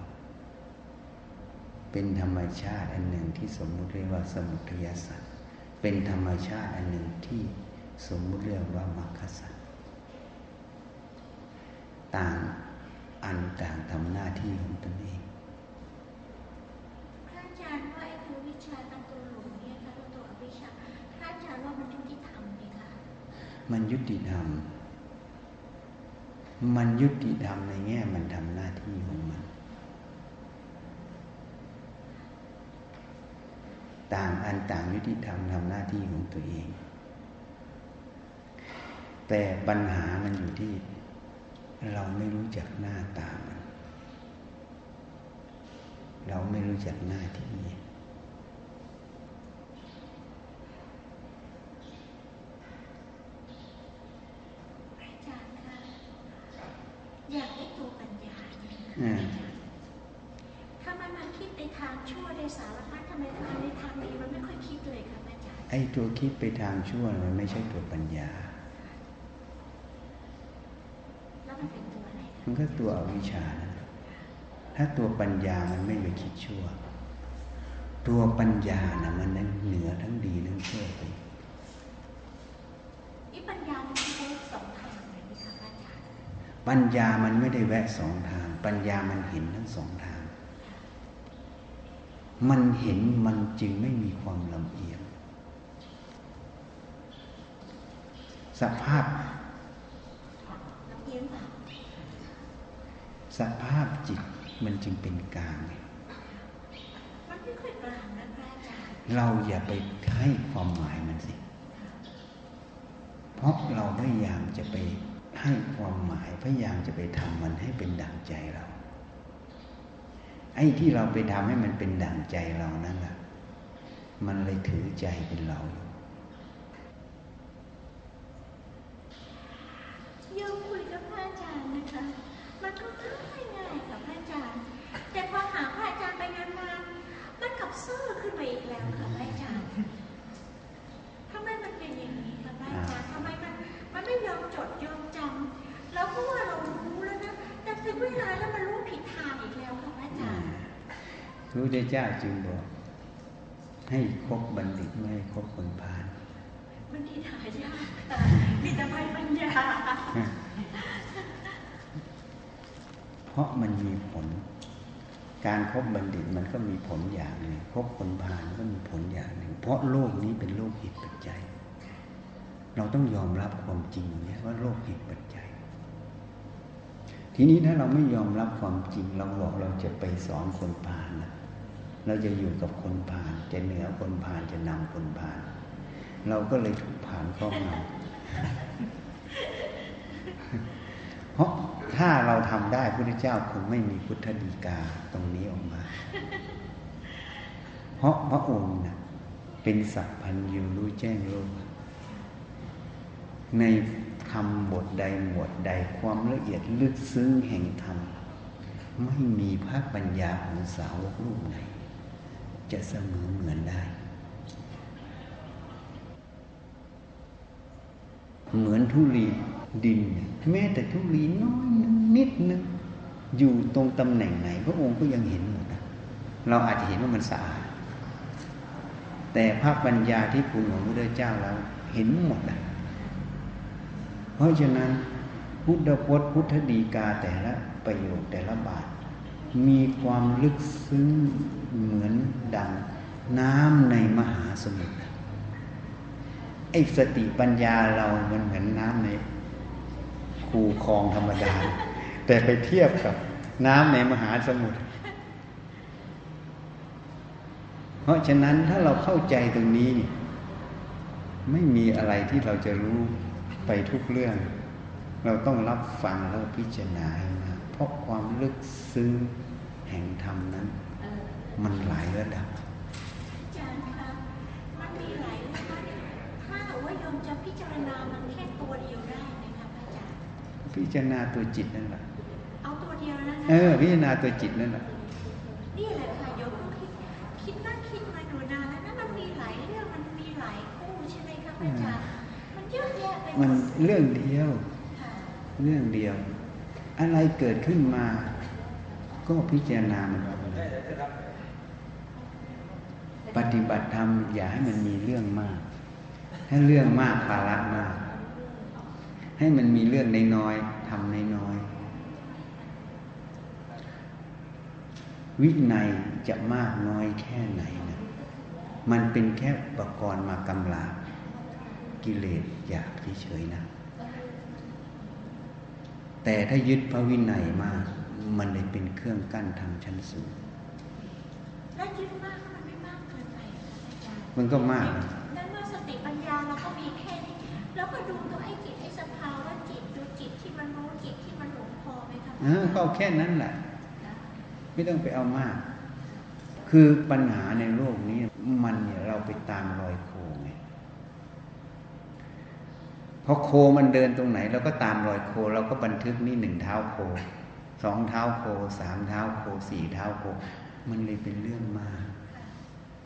เป็นธรรมชาติอันหนึ่งที่สมมุติเรียกว่าสมุทัยสัจเป็นธรรมชาติอันหนึ่งที่สมมุติเรียกว่ามรรคสัจต่างอันต่างทำหน้าที่ของตนเองพระอาจารย์ว่าไอ้ตัววิชากับตัวหลงเนี่ยค่ะตัวอวิชชาพระอาจารย์ว่ามันยุติธรรมไหมคะมันยุติธรรมมันยุติธรรมในแง่มันทำหน้าที่ของมันต่างอันต่างยุติธรรมทำหน้าที่ของตัวเองแต่ปัญหามันอยู่ที่เราไม่รู้จักหน้าตามันเราไม่รู้จักหน้าที่สารพัดทำไมในทางดีมันไม่ค่อยคิดเลยค่ะอาจารย์ไอ้ตัวคิดไปทางชั่วมันไม่ใช่ตัวปัญญาแล้วมันเป็นตัวอะไรมันก็ตัวอวิชชานะถ้าตัวปัญญามันไม่ไปคิดชั่วตัวปัญญานะมันนั้นเหนือทั้งดีทั้งชั่วไปนี่ปัญญามันมีสองทางเลยนะคะอาจารย์ปัญญามันไม่ได้แวะสองทางปัญญามันเห็นทั้งสองทางมันเห็นมันจึงไม่มีความลำเอียงสภาพสภาพจิตมันจึงเป็นกลางมันไม่ค่อยกลางนะอาจารย์เราอย่าไปให้ความหมายมันสิเพราะเราพยายามจะไปให้ความหมายพยายามจะไปทำมันให้เป็นดั่งใจเราไอ้ที่เราไปทำให้มันเป็นดั่งใจเรานั่นแหละมันเลยถือใจเป็นเราโยมคุยกับพระอาจารย์นะคะมันก็ง่ายง่ายกับพระอาจารย์แต่พอหาพระอาจารย์ไปนานๆมันกลับซื่อขึ้นมาอีกแล้วค่ะพระอาจารย์ทำไมมันเป็นอย่างนี้ค่ะพระอาจารย์ทำไมมันมันไม่ยอมจดยอมจำเราก็ว่าเรารู้แล้วนะแต่ถึงเวลาแล้วมันรู้ผิดทางอีกแล้วค่ะพระอาจารย์พระพุทธเจ้าจึงบอกให้คบบัณฑิตไม่ให้คบคนพาลบัณฑิตหายากมีแต่ภัยปัญญาเพราะมันมีผลการคบบัณฑิตมันก็มีผลอย่างหนึ่งคบคนพาลก็มีผลอย่างหนึ่งเพราะโลกนี้เป็นโลกเหตุปัจจัยเราต้องยอมรับความจริงเนี่ยว่าโลกเหตุปัจจัยทีนี้ถ้าเราไม่ยอมรับความจริงเราบอกเราจะไปสอนคนพาลนะเราจะอยู่กับคนพาลจะเหนือคนพาลจะนำคนพาลเราก็เลยถูกพาลครอบงำเพราะถ้าเราทำได้พระพุทธเจ้าคงไม่มีพุทธฎีกาตรงนี้ออกมาเพราะพระองค์นะเป็นสัพพัญญูรู้แจ้งโลกในธรรมบทใดหมวดใดความละเอียดลึกซึ้งแห่งธรรมไม่มีพระปัญญาของสาวกรูปไหนจะเสมอเหมือนได้เหมือนธุลีดินแม้แต่ธุลีน้อยนิดนึงอยู่ตรงตำแหน่งไหนพระองค์ก็ยังเห็นหมดนะเราอาจจะเห็นว่ามันสะอาดแต่พระปัญญาที่คุณของพระพุทธเจ้าเราเห็นหมดนะเพราะฉะนั้นพุทธพจน์พุทธฎีกาแต่ละประโยคแต่ละบาทมีความลึกซึ้งเหมือนดังน้ำในมหาสมุทรไอ้สติปัญญาเรามันเหมือนน้ำในคูคลองธรรมดาแต่ไปเทียบกับน้ำในมหาสมุทรเพราะฉะนั้นถ้าเราเข้าใจตรงนี้นี่ไม่มีอะไรที่เราจะรู้ไปทุกเรื่องเราต้องรับฟังแล้วพิจารณาให้นะเพราะความลึกซึ้งแห่งธรรมนั้นมันหลายระดับอาจารย์คะมันมีหลายระดับถ้าแต่ว่าโยมจะพิจารณามันแค่ตัวเดียวได้ไหมคะอาจารย์พิจารณาตัวจิตนั่นแหละเอาตัวเดียวนะเออพิจารณาตัวจิตนั่นแหละนี่แหละค่ะโยมก็คิดคิดนั่นคิดมาอยู่นานแล้วนั่นมันมีหลายเรื่องมันมีหลายคู่ใช่ไหมคะอาจารย์มันเยอะแยะไปหมดมันเรื่องเดียวเรื่องเดียวอะไรเกิดขึ้นมาก็พิจารณามันเอาเลยปฏิบัติธรรมอย่าให้มันมีเรื่องมากให้เรื่องมากภาระมากให้มันมีเรื่องน้อยๆทำน้อยๆวินัยจะมากน้อยแค่ไหนนะมันเป็นแค่อุปกรณ์มากำราบกิเลสอยากเฉยๆนะแต่ถ้ายึดพระวินัยมากมันเลยเป็นเครื่องกั้นทางชั้นสูงถ้ายึดมากมันไม่มากเกินไปอาจารย์มันก็มากนั่นเมื่อสติปัญญาเราก็มีแค่นี้แล้วก็ดูตัวไอ้จิตไอ้สภาวะจิตดูจิตที่มันรู้จิตที่มันหลงพอไหมครับเออก็แค่นั้นแหละไม่ต้องไปเอามากคือปัญหาในโลกนี้มันเนี่ยเราไปตามรอยโคไงพอโคมันเดินตรงไหนเราก็ตามรอยโคเราก็บันทึกนี่หนึ่งเท้าโคสองเท้าโคสามเท้าโคสี่เท้าโคมันเลยเป็นเรื่องมาก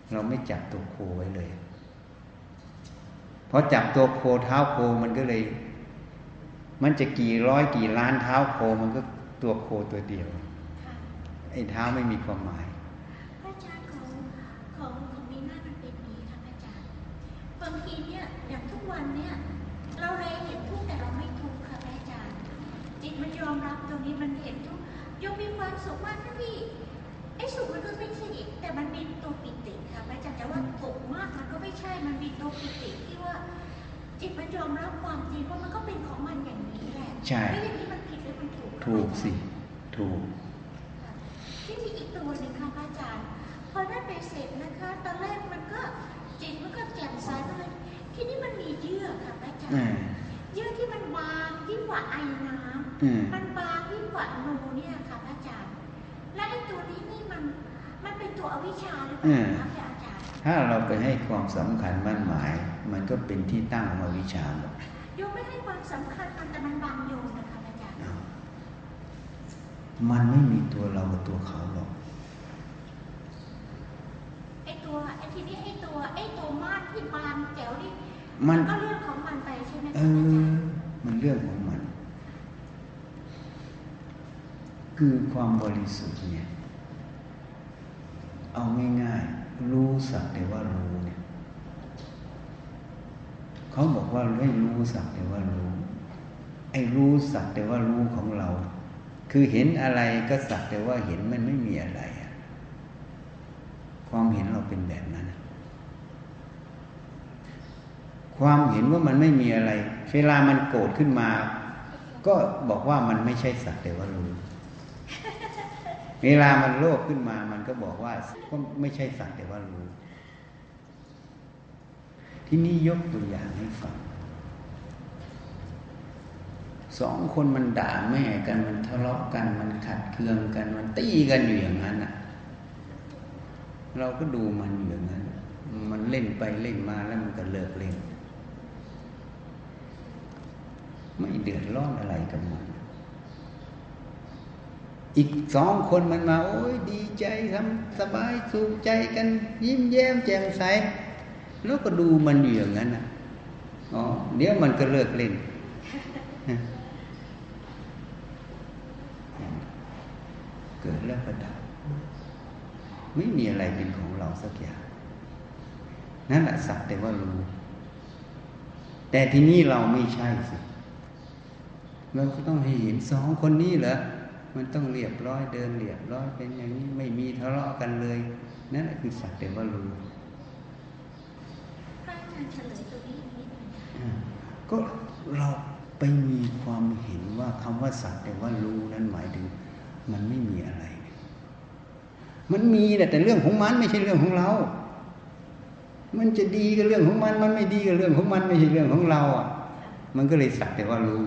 เราไม่จับตัวโคไว้เลยเพราะจับตัวโคเท้าโคมันก็เลยมันจะกี่ร้อยกี่ล้านเท้าโคมันก็ตัวโคตัวเดียวไอ้เท้าไม่มีความหมายพระอาจารย์ของของของมีหน้ามันเป็นนี้ค่ะพระอาจารย์บางทีเนี่ยอย่างทุกวันเนี่ยเราเลยเห็นทุกแต่เราไม่ทุกค่ะพระอาจารย์จิตมันยอมรับตรงนี้มันเห็นทุกยกมีความสุขมากนะพี่ไอ้สุขมันก็ไม่ใช่แต่มันมีตัวปิติค่ะพระอาจารย์แต่ว่าทุกมากมันก็ไม่ใช่มันมีตัวปิติที่ว่าจิตมันยอมรับความจริงว่ามันก็เป็นของมันอย่างนี้แหละใช่ไม่อย่างนี้มันผิดหรือมันถูกถูกสิถูกที่มีอีกตัวหนึ่งค่ะพระอาจารย์พอได้ไปเสร็จนะคะตอนแรกมันก็จิตมันก็แจ่มใสไปเลยทีนี้มันมีเยื่อค่ะพระอาจารย์เยื่อที่มันบางยิ่งกว่าไอน้ำมันบางยิ่งกว่านูเนี่ยค่ะพระอาจารย์และไอ้ตัวนี้นี่มันมันเป็นตัวอวิชชาหรือเปล่าคะพระอาจารย์ถ้าเราไปให้ความสำคัญมั่นหมายมันก็เป็นที่ตั้งของอวิชชาหมดโยมไม่ให้ความสำคัญมันแต่มันบังโยมนะคะพระอาจารย์มันไม่มีตัวเรากับตัวเขาหรอกไอ้ตัวไอ้ทีนี้ไอ้ตัวไอ้ตัวมากที่บางแจ๋วนี่มันก็เรื่องของมันไปใช่ไหมคะเออมันเรื่องของมันคือความบริสุทธิ์เนี่ยเอาง่ายๆรู้สักแต่ว่ารู้เนี่ยเขาบอกว่าไม่รู้สักแต่ว่ารู้ไอ้รู้สักแต่ว่ารู้ของเราคือเห็นอะไรก็สักแต่ว่าเห็นมันไม่มีอะไรอะความเห็นเราเป็นแบบนั้นความเห็นว่ามันไม่มีอะไรเวลามันโกรธขึ้นมาก็บอกว่ามันไม่ใช่สักแต่ว่ารู้เวลามันโลภขึ้นมามันก็บอกว่าก็ไม่ใช่สักแต่ว่ารู้ที่นี่ยกตัวอย่างให้ฟังสองคนมันด่าแม่กันมันทะเลาะกันมันขัดเคืองกันมันตีกันอยู่อย่างนั้นน่ะเราก็ดูมันอยู่อย่างนั้นมันเล่นไปเล่นมาแล้วมันก็เลิกเล่นไม่เดือดร้อนอะไรกับมันอีกสองคนมันมาโอ้ยดีใจทำสบายสุขใจกันยิ้มแย้มแจ่มใสแล้วก็ดูมันอยู่อย่างนั้นน่ะอ๋อเดี๋ยวมันก็เลิกเล่นเกิดแล้วก็ดับไม่มีอะไรเป็นของเราสักอย่างนั่นแหละสักแต่ว่ารู้แต่ที่นี่เราไม่ใช่สิเราก็ต้องให้เห็นสองคนนี้เหรอมันต้องเรียบร้อยเดินเรียบร้อยเป็นอย่างนี้ไม่มีทะเลาะกันเลยนั่นแหละคือสักแต่ว่ารู้พระอาจารย์เฉลยตรงนี้นิดนึงก็เราไปมีความเห็นว่าคำว่าสักแต่ว่ารู้นั้นหมายถึงมันไม่มีอะไรมันมีแต่เรื่องของมันไม่ใช่เรื่องของเรามันจะดีก็เรื่องของมันมันไม่ดีก็เรื่องของมันไม่ใช่เรื่องของเราอ่ะมันก็เลยสักแต่ว่ารู้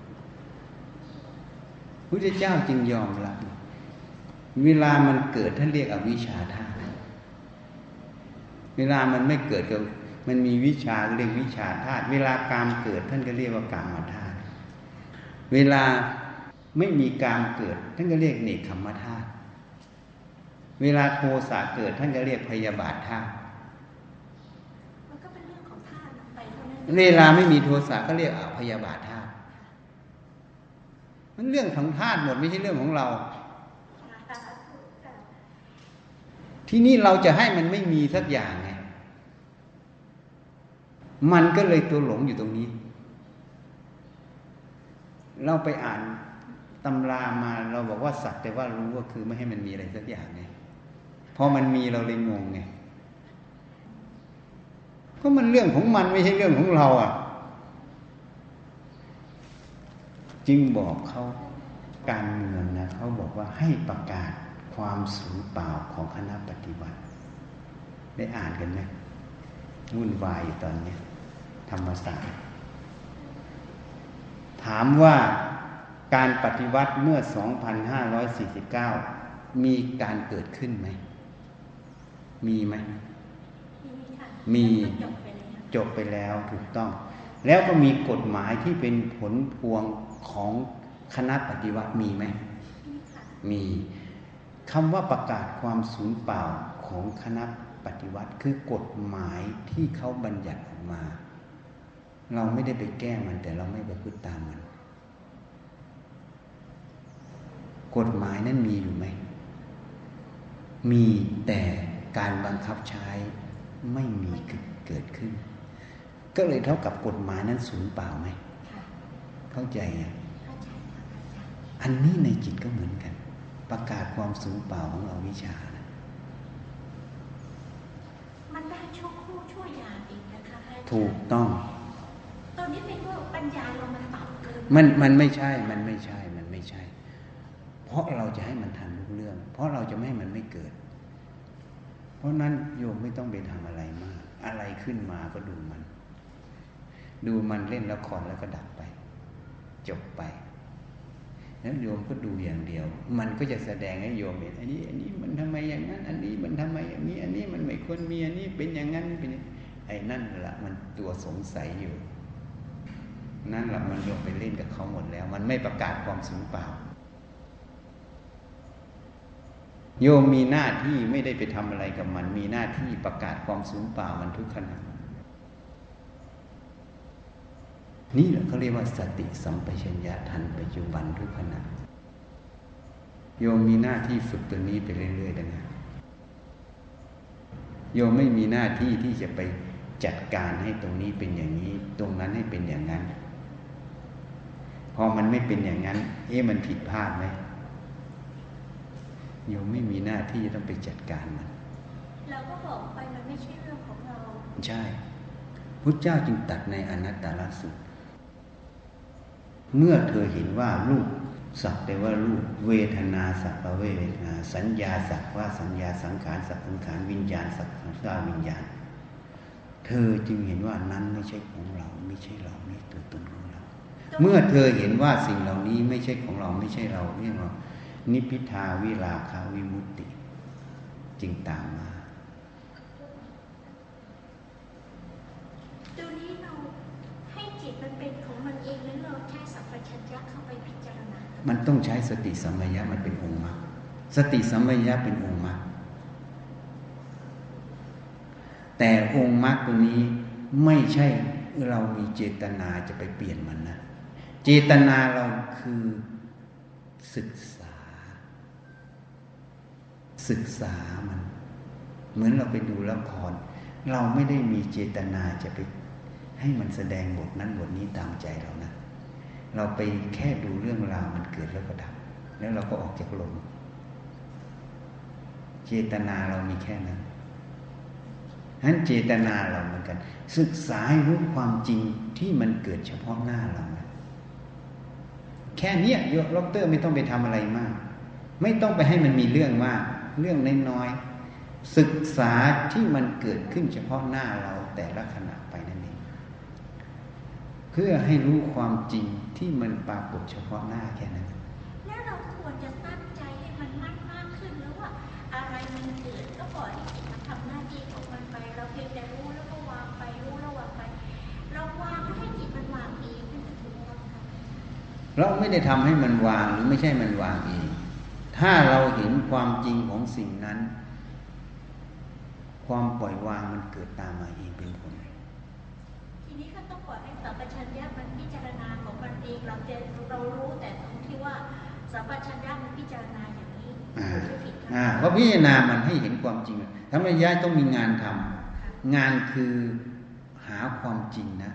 พุทธเจ้าจึงยอมรับเวลามันเกิดท่านเรียกอวิชชาธาตุเวลามันไม่เกิดก็มันมีวิชาเรียกวิชาธาตุเวลากามเกิดท่านก็เรียกว่ากามธาตุเวลาไม่มีกามเกิดท่านก็เรียกเนกขัมมธาตุเวลาโทสะเกิดท่านก็เรียกพยาบาทธาตุมันก็เป็นเรื่องของธาตุไปเท่านั้นเวลาไม่มีโทสะก็เรียกอพยาบาทธาตุมันเรื่องของธาตุหมดไม่ใช่เรื่องของเราที่นี่เราจะให้มันไม่มีสักอย่างไงมันก็เลยตัวหลงอยู่ตรงนี้เราไปอ่านตำรามาเราบอกว่าสักแต่ว่ารู้ก็คือไม่ให้มันมีอะไรสักอย่างไงพอมันมีเราเลยงงไงก็มันเรื่องของมันไม่ใช่เรื่องของเราอ่ะจึงบอกเขาการเมืองนะเขาบอกว่าให้ประกาศความสูญเปล่าของคณะปฏิบัติได้อ่านกันไหมวุ่นวายอยู่ตอนนี้ธรรมศาสตร์ถามว่าการปฏิวัติเมื่อ สองพันห้าร้อยสี่สิบเก้า มีการเกิดขึ้นไหมมีไหมมีจบไปแล้วถูกต้องแล้วก็มีกฎหมายที่เป็นผลพวงของคณะปฏิวัติมีไหมมีคำว่าประกาศความสูญเปล่าของคณะปฏิวัติคือกฎหมายที่เขาบัญญัติออกมาเราไม่ได้ไปแก้มันแต่เราไม่ไปพูดตามมันกฎหมายนั้นมีอยู่ไหมมีแต่การบังคับใช้ไม่มีเกิดขึ้นก็เลยเท่ากับกฎหมายนั้นสูญเปล่าไหมเข้าใจไงอันนี้ในจิตก็เหมือนกันประกาศความสูญเปล่าของเราวิชานะมันได้ชั่วคู่ชั่วยามอีกนะคะถูกต้องตอนนี้เป็นว่าปัญญาเรามันต่ำเกินมันมันไม่ใช่มันไม่ใช่มันไม่ใช่เพราะเราจะให้มันทันทุกเรื่องเพราะเราจะไม่ให้มันไม่เกิดเพราะนั้นโยมไม่ต้องไปทำอะไรมากอะไรขึ้นมาก็ดูมันดูมันเล่นละครแล้วก็ดับไปจบไปแล้วโยมก็ดูอย่างเดียวมันก็จะแสดงให้โยมเห็นอันนี้อันนี้มันทำไมอย่างนั้นอันนี้มันทำไมอย่างนี้อันนี้มันไม่ควรมีอันนี้เป็นอย่างนั้นเป็นไอ้นั่นแหละมันตัวสงสัยอยู่นั่นแหละมันโยมไปเล่นกับเขาหมดแล้วมันไม่ประกาศความสูญเปล่าโยมมีหน้าที่ไม่ได้ไปทำอะไรกับมันมีหน้าที่ประกาศความสูญเปล่ามันทุกขณะนี่แหละเขาเรียกว่าสติสัมปชัญญะทันปัจจุบันทุกขณะโยมมีหน้าที่ฝึกตัวนี้ไปเรื่อยๆดังนั้นโยมไม่มีหน้าที่ที่จะไปจัดการให้ตรงนี้เป็นอย่างนี้ตรงนั้นให้เป็นอย่างนั้นพอมันไม่เป็นอย่างนั้นเอ๊ะมันผิดพลาดไหมโยมไม่มีหน้าที่จะต้องไปจัดการมันเราก็บอกไปมันไม่ใช่เรื่องของเราใช่พุทธเจ้าจึงตรัสในอนัตตลสูตรเมื่อเธอเห็นว่ารูปสักแต่ว่ารูปเวทนาสักว่าเวทนาสัญญาสักว่าสัญญาสังขารสักสังขารวิญญาณสักว่าวิญญาณเธอจึงเห็นว่านั้นไม่ใช่ของเราไม่ใช่เราไม่ตัวตนของเราเมื่อเธอเห็นว่าสิ่งเหล่านี้ไม่ใช่ของเราไม่ใช่เราเรียกว่านิพพิทาวิราคาวิมุตติจึงตามมาตัวนี้เราให้จิตมันเป็นของมันเองแล้วเราใช้สัมปชัญญะเข้าไปพิจารณามันต้องใช้สติสัมปชัญญะมันเป็นองค์มรรคสติสัมปชัญญะเป็นองค์มรรคแต่องค์มรรคตัวนี้ไม่ใช่เรามีเจตนาจะไปเปลี่ยนมันนะเจตนาเราคือศึกษาศึกษามันเหมือนเราไปดูละครเราไม่ได้มีเจตนาจะไปให้มันแสดงบทนั้นบทนี้ตามใจเรานะเราไปแค่ดูเรื่องราวมันเกิดแล้วก็ดับแล้วเราก็ออกจากลมเจตนาเรามีแค่นั้นฉะนั้นเจตนาเราเหมือนกันศึกษาให้รู้ความจริงที่มันเกิดเฉพาะหน้าเรานะแค่นี้โยมดอกเตอร์ไม่ต้องไปทำอะไรมากไม่ต้องไปให้มันมีเรื่องมากเรื่องน้อยๆศึกษาที่มันเกิดขึ้นเฉพาะหน้าเราแต่ละขณะไปนั่นเองเพื่อให้รู้ความจริงที่มันปรากฏเฉพาะหน้าแค่นั้นแล้วเราควรจะตั้งใจให้มันมั่นมากขึ้นแล้วว่าอะไรมันเกิดก็ปล่อยให้จิตมันทำหน้าที่ของมันไปเราเพียงแต่รู้แล้วก็วางไปรู้แล้ววางไปเราวางให้จิตมันวางเองไม่ถูกต้องค่ะเราไม่ได้ทำให้มันวางหรือไม่ใช่มันวางเองถ้าเราเห็นความจริงของสิ่งนั้นความปล่อยวางมันเกิดตามมาเองเป็นผลทีนี้ก็ต้องปล่อยให้สัมปชัญญะมันพิจารณาของมันเองเราจะเรารู้แต่ตรงที่ว่าสัมปชัญญะมันพิจารณาอย่างนี้ไม่ผิดอ่าเพราะพิจารณามันให้เห็นความจริงธรรมญาต้องมีงานทำงานคือหาความจริงนะ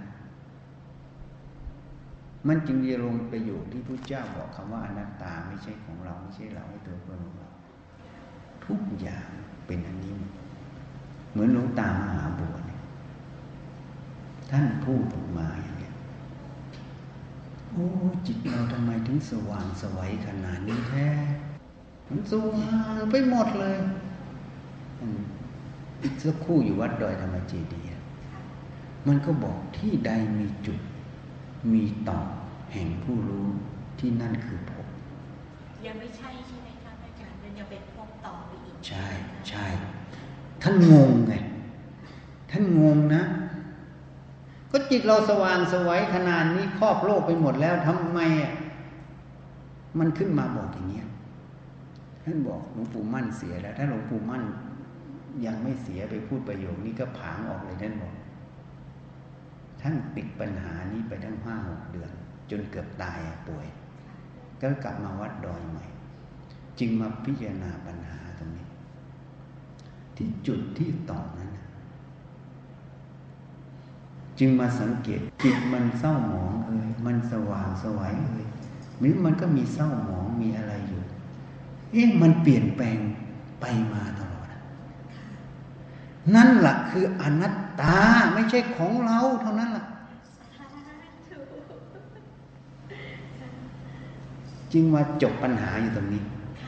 มันจึงจะลงประโยคที่พระเจ้าบอกคำว่าอนัตตาไม่ใช่ของเราไม่ใช่เราให้ตัวตนของเราทุกอย่างเป็นอันนี้เหมือนหลวงตามหาบัวเนี่ยท่านพูดออกมาอย่างนี้โอ้จิตเราทำไมถึงสว่างสวัยขนาดนี้แท้มันสว่างไปหมดเลยอีกสักครู่อยู่วัดดอยธรรมเจดีย์มันก็บอกที่ใดมีจุดมีต่อแห่งผู้รู้ที่นั่นคือภพยังไม่ใช่ใช่ไหมครับอาจารย์มันยังเป็นภพต่อไปอีกใช่ใช่ท่านงงไงท่านงงนะก็จิตเราสว่างสวัยขนาดนี้ครอบโลกไปหมดแล้วทำไมอ่ะมันขึ้นมาบอกอย่างเงี้ยท่านบอกหลวงปู่มั่นเสียแล้วถ้าหลวงปู่มั่นยังไม่เสียไปพูดประโยคนี้ก็ผางออกเลยท่านบอกท่านปิดปัญหานี้ไปทั้งห้าหกเดือนจนเกือบตายป่วยก็กลับมาวัดดอยใหม่จึงมาพิจารณาปัญหาตรงนี้ที่จุดที่ตอบนั้นจึงมาสังเกตจิตมันเศร้าหมองเอ่ยมันสว่างสวยเอ่ยหรือมันก็มีเศร้าหมองมีอะไรอยู่เอ๊ะมันเปลี่ยนแปลงไปมาตลอดนั่นแหละคืออนัตตาไม่ใช่ของเราเท่านั้นแหละจึงมาจบปัญหาอยู่ตรงนี้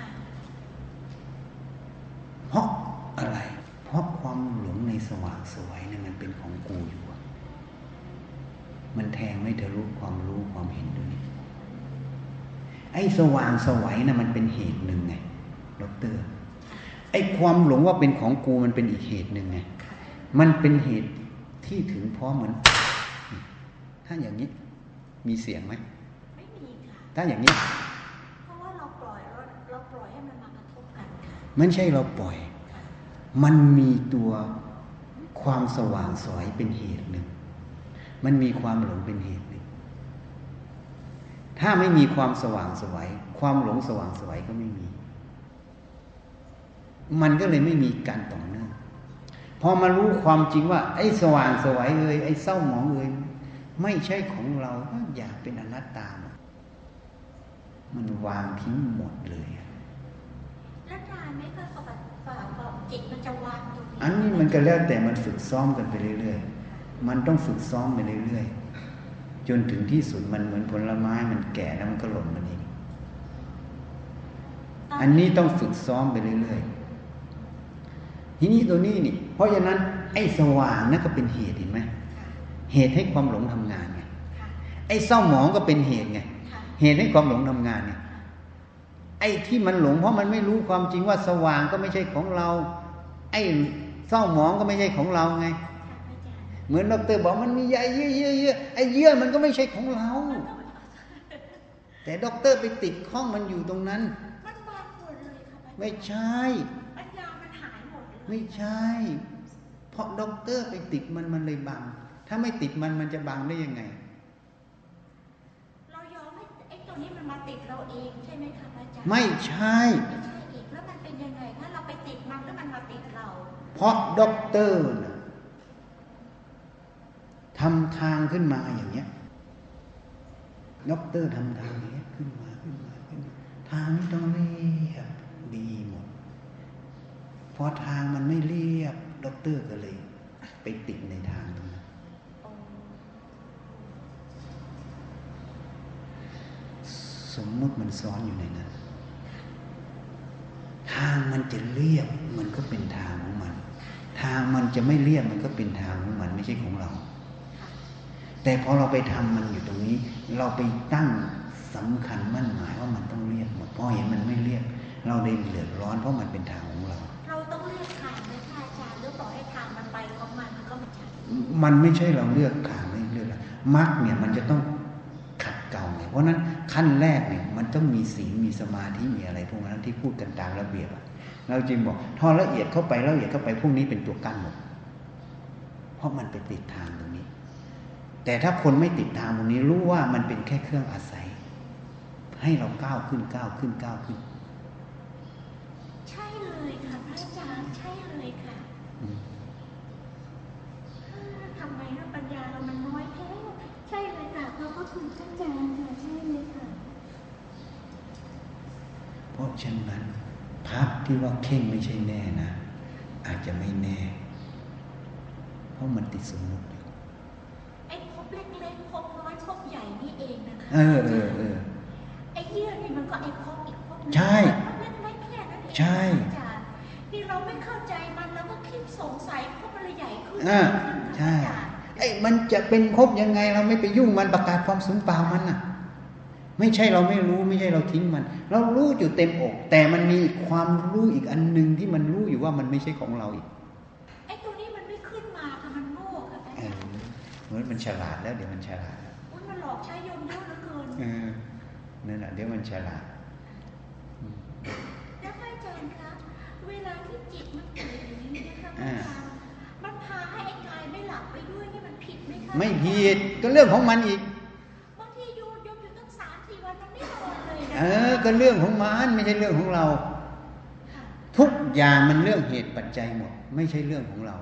เพราะอะไรเพราะความหลงในสว่างสวยเนี่ยมันเป็นของกูอยู่มันแทงไม่ทะลุความรู้ความเห็นด้วยนี่ไอ้สว่างสวยนะมันเป็นเหตุหนึ่งไงดอกเตอร์ไอ้ความหลงว่าเป็นของกูมันเป็นอีกเหตุหนึ่งไงมันเป็นเหตุที่ถึงพร้อมเหมือนถ้าอย่างนี้มีเสียงไหมไม่มีค่ะถ้าอย่างนี้เพราะว่าเราปล่อยเราเราปล่อยให้มันมากระทบกันค่ะไม่ใช่เราปล่อยมันมีตัวความสว่างสวยเป็นเหตุหนึ่งมันมีความหลงเป็นเหตุหนึ่งถ้าไม่มีความสว่างสวยความหลงสว่างสวยก็ไม่มีมันก็เลยไม่มีการต่อเนื่องพอมารู้ความจริงว่าไอ้สว่างสวยเอ่ยไอ้เศร้าหมองเอ่ยไม่ใช่ของเราก็อยากเป็นอนัตตามันวางทิ้งหมดเลยแล้วนานไหมคะปกติจิตมันจะวางตรงนี้อันนี้มันก็แล้วแต่มันฝึกซ้อมกันไปเรื่อยๆมันต้องฝึกซ้อมไปเรื่อยๆจนถึงที่สุดมันเหมือนผลไม้มันแก่แล้วมันก็หล่นมันเองอันนี้ต้องฝึกซ้อมไปเรื่อยๆทีนี้ตัวนี้นี่เพราะฉะนั้นไอ้สว่างนั่นก็เป็นเหตุเห็นไหมเหตุให้ความหลงทำงานไงไอ้เศร้าหมองก็เป็นเหตุไงเหตุให้ความหลงทำงานไงไอ้ที่มันหลงเพราะมันไม่รู้ความจริงว่าสว่างก็ไม่ใช่ของเราไอ้เศร้าหมองก็ไม่ใช่ของเราไงเหมือนดอกเตอร์บอกมันมีใยเยื่อเยื่อเยื่อไอ้เยื่อมันก็ไม่ใช่ของเราแต่ดอกเตอร์ไปติดข้องมันอยู่ตรงนั้นมันบางหมดเลยค่ะไม่ใช่ปัญญามันหายหมดเลยไม่ใช่เพราะดอกเตอร์ไปติดมันมันเลยบังถ้าไม่ติดมันมันจะบังได้ยังไงเรายอมให้ไอ้ตัวนี้มันมาติดเราเองใช่ไหมคะอาจารย์ไม่ใช่ไม่ใช่อีกแล้วมันเป็นยังไงถ้าเราไปติดมันแล้วมันมาติดเราเพราะดอกเตอร์นะทำทางขึ้นมาอย่างเงี้ยดอกเตอร์ทำทางอย่างเงี้ยขึ้นมาขึ้นมาขึ้นมาทางนี้ต้องเรียบดีหมดพอทางมันไม่เรียบดอกเตอร์ก็เลยไปติดในทางตรงนั้นสมมุติมันซ้อนอยู่ในนั้นทางมันจะเรียบมันก็เป็นทางของมันทางมันจะไม่เรียบมันก็เป็นทางของมันไม่ใช่ของเราแต่พอเราไปทำมันอยู่ตรงนี้เราไปตั้งสำคัญมั่นหมายว่ามันต้องเรียบหมดพอเห็นมันไม่เรียบเราเลยเดือดร้อนเพราะมันเป็นทางของเราเราต้องเลือกทางไหมคะอาจารย์หรือปล่อยให้ทางมันไปของมันก็ไม่ใช่มันไม่ใช่เราเลือกทางไม่เลือกมรรคเนี่ยมันจะต้องขัดเกลาไงเพราะนั้นขั้นแรกเนี่ยมันต้องมีศีลมีสมาธิมีอะไรพวกนั้นที่พูดกันตามระเบียบเราจึงบอกทอละเอียดเข้าไปละเอียดเข้าไปพวกนี้เป็นตัวกั้นหมดเพราะมันไปติดทางตรงนี้แต่ถ้าคนไม่ติดทางตรงนี้รู้ว่ามันเป็นแค่เครื่องอาศัยให้เราก้าวขึ้นก้าวขึ้นก้าวขึ้นใช่เลยค่ะพระอาจารย์ใช่เลยค่ะทำไมเรื่องปัญญาเรามันน้อยแท้ใช่เลยค่ะเพราะก็คุณพระอาจารย์ค่ะใช่เลยค่ะเพราะฉะนั้นพระที่ว่าเข่งไม่ใช่แน่นะอาจจะไม่แน่เพราะมันติดสมมติอยู่ไอ้ภพเล็กๆภพน้อยภพใหญ่นี่เองนะคะเออเออเออไอ้เยื่อนี่มันก็ไอ้ภพอีกภพนึงใช่ภพเล็กๆแค่นั้นเองใช่ที่เราไม่เข้าใจมันแล้วก็คิดสงสัยภพอะไรใหญ่ขึ้นอ่าใช่ไอ้มันจะเป็นภพยังไงเราไม่ไปยุ่งมันประกาศความสูญเปล่ามันน่ะไม่ใช่เราไม่รู้ไม่ใช่เราทิ้งมันเรารู้อยู่เต็มอกแต่มันมีความรู้อีกอันนึงที่มันรู้อยู่ว่ามันไม่ใช่ของเราอีกไอ้ตัวนี้มันไม่ขึ้นมาค่ะมันโง่ค่ะอาจารย์เหมือนมันฉลาดแล้วเดี๋ยวมันฉลาดมันหลอกใช้ยมเยอะเหลือเกินเออนั่นแหละเดี๋ยวมันฉลาดแล้วอาจารย์คะเวลาที่จิตมันเกิดอย่างนี้คะอาจารย์มันพาให้ไอ้กายไม่หลับไปด้วยนี่มันผิดไหมคะไม่ผิดก็เรื่องของมันอีกบางทีโยมโยมอยู่ตั้งสามสี่วันมันไม่นอนเลยนะเออก็เรื่องของมันไม่ใช่เรื่องของเราทุกอย่างมันเรื่องเหตุปัจจัยหมดไม่ใช่เรื่องของเรา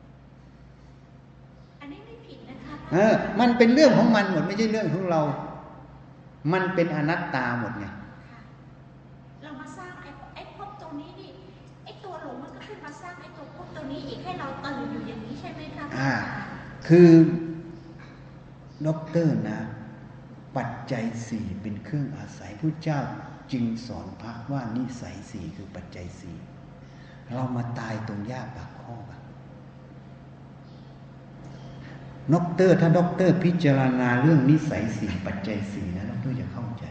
อันนี้ไม่ผิดนะคะเออมันเป็นเรื่องของมันหมดไม่ใช่เรื่องของเรามันเป็นอนัตตาหมดไงเรามาสร้างไอ้ไอ้ภพตรงนี้นี่ไอ้ตัวหลงมันก็ขึ้นมาสร้างไอ้ตัวภพตรงนี้อีกให้เราตื่นอยู่อย่างนี้ใช่ไหมคะอ่าคือด็อกเตอร์นะปัจจัยสี่เป็นเครื่องอาศัยพุทธเจ้าจึงสอนพระว่านิสัยสี่คือปัจจัยสี่เรามาตายตรงยากปากข้อกันด็อกเตอร์ถ้าด็อกเตอร์พิจารณาเรื่องนิสัยสี่ปัจจัยสี่นะด็อกเตอร์จะเข้าใจ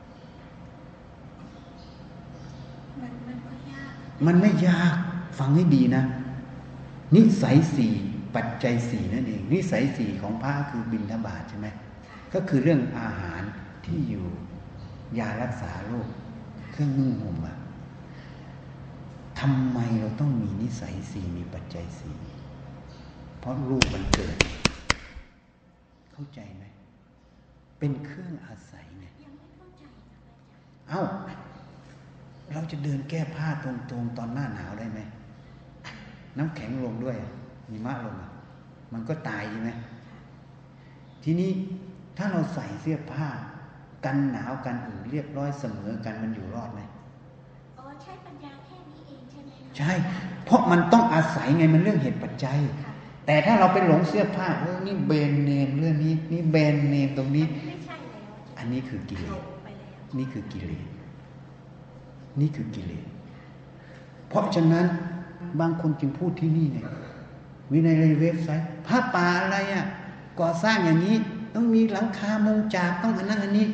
มันมันก็ยากมันไม่ยากฟังให้ดีนะนิสัยสี่ปัจจัยสี่นั่นเองนิสัยสี่ของพระคือบิณฑบาตใช่ไหมก็คือเรื่องอาหารที่อยู่ยารักษาโรคเครื่องนุ่งห่มอะทำไมเราต้องมีนิสัยสี่มีปัจจัยสี่เพราะรูปมันเกิดเข้าใจไหมเป็นเครื่องอาศัยเนี่ยยังไม่เข้าใจนะอาจารย์เอ้าเราจะเดินแก้ผ้าตรงๆตอนหน้าหนาวได้ไหมน้ำแข็งลงด้วยหิมะลงอ่ะมันก็ตายใช่ไหมทีนี้ถ้าเราใส่เสื้อผ้ากันหนาวกันอุ่นเรียบร้อยเสมอกันมันอยู่รอดไหมอ๋อใช้ปัญญาแค่นี้เองใช่ไหมใช่เพราะมันต้องอาศัยไงมันเรื่องเหตุปัจจัยแต่ถ้าเราไปหลงเสื้อผ้าโอ้นี่แบรนด์เนมเรื่องนี้นี่แบรนด์เนมตรงนี้อันนี้คือกิเลสนี่คือกิเลสนี่คือกิเลสเพราะฉะนั้นบางคนจึงพูดที่นี่ไงวินัยเว็บไซต์ผ้าป่าอะไรอ่ะก่อสร้างอย่างนี้ต้องมีหลังคามุงจากต้องอันนั้นอันนี้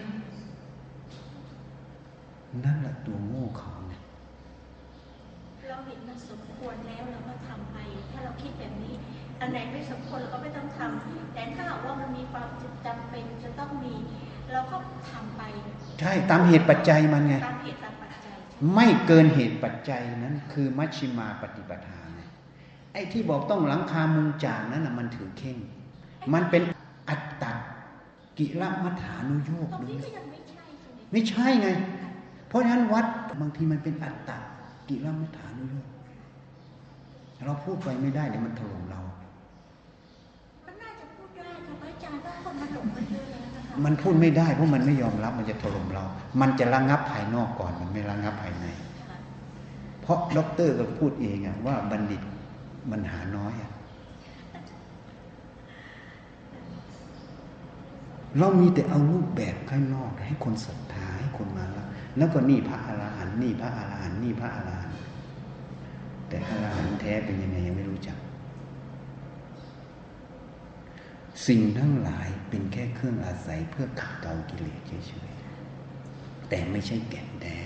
นั่นแหละตัวโง่เขาเนี่ยเราเห็นมันสมควรแล้วเราก็ทำไปถ้าเราคิดแบบนี้อันไหนไม่สมควรเราก็ไม่ต้องทำแต่ถ้าว่ามันมีความจำเป็นจะต้องมีเราก็ทำไปใช่ตามเหตุปัจจัยมันไงตามเหตุตามปัจจัยไม่เกินเหตุปัจจัยนั้นคือมัชฌิมาปฏิปทาไงไอ้ที่บอกต้องหลังคามุงจากนั้นน่ะมันถือเข่งมันเป็นอัตตกิลมัฏฐานุโยคด้วยไม่ใช่ไงเพราะฉะนั้นวัดบางทีมันเป็นอัตตกิลมัฏฐานุโยคเราพูดไปไม่ได้เดี๋ยวมันถล่มเรามันน่าจะพูดได้ค่ะอาจารย์ว่าคนมันหลงมันเยอะแล้วนะคะมันพูดไม่ได้เพราะมันไม่ยอมรับมันจะถล่มเรามันจะระงับภายนอกก่อนมันไม่ระงับภายในเพราะด็อกเตอร์ก็พูดเองอะว่าบัณฑิตมันหาน้อยอะเรามีแต่เอารูปแบบข้างนอกให้คนศรัทธาให้คนมาแล้วแล้วก็นี่พระอรหันต์นี่พระอรหันต์นี่พระอรหันต์แต่อรหันต์แท้เป็นยังไงยังไม่รู้จักสิ่งทั้งหลายเป็นแค่เครื่องอาศัยเพื่อขัดเกลากิเลสเฉยๆแต่ไม่ใช่แก่นแท้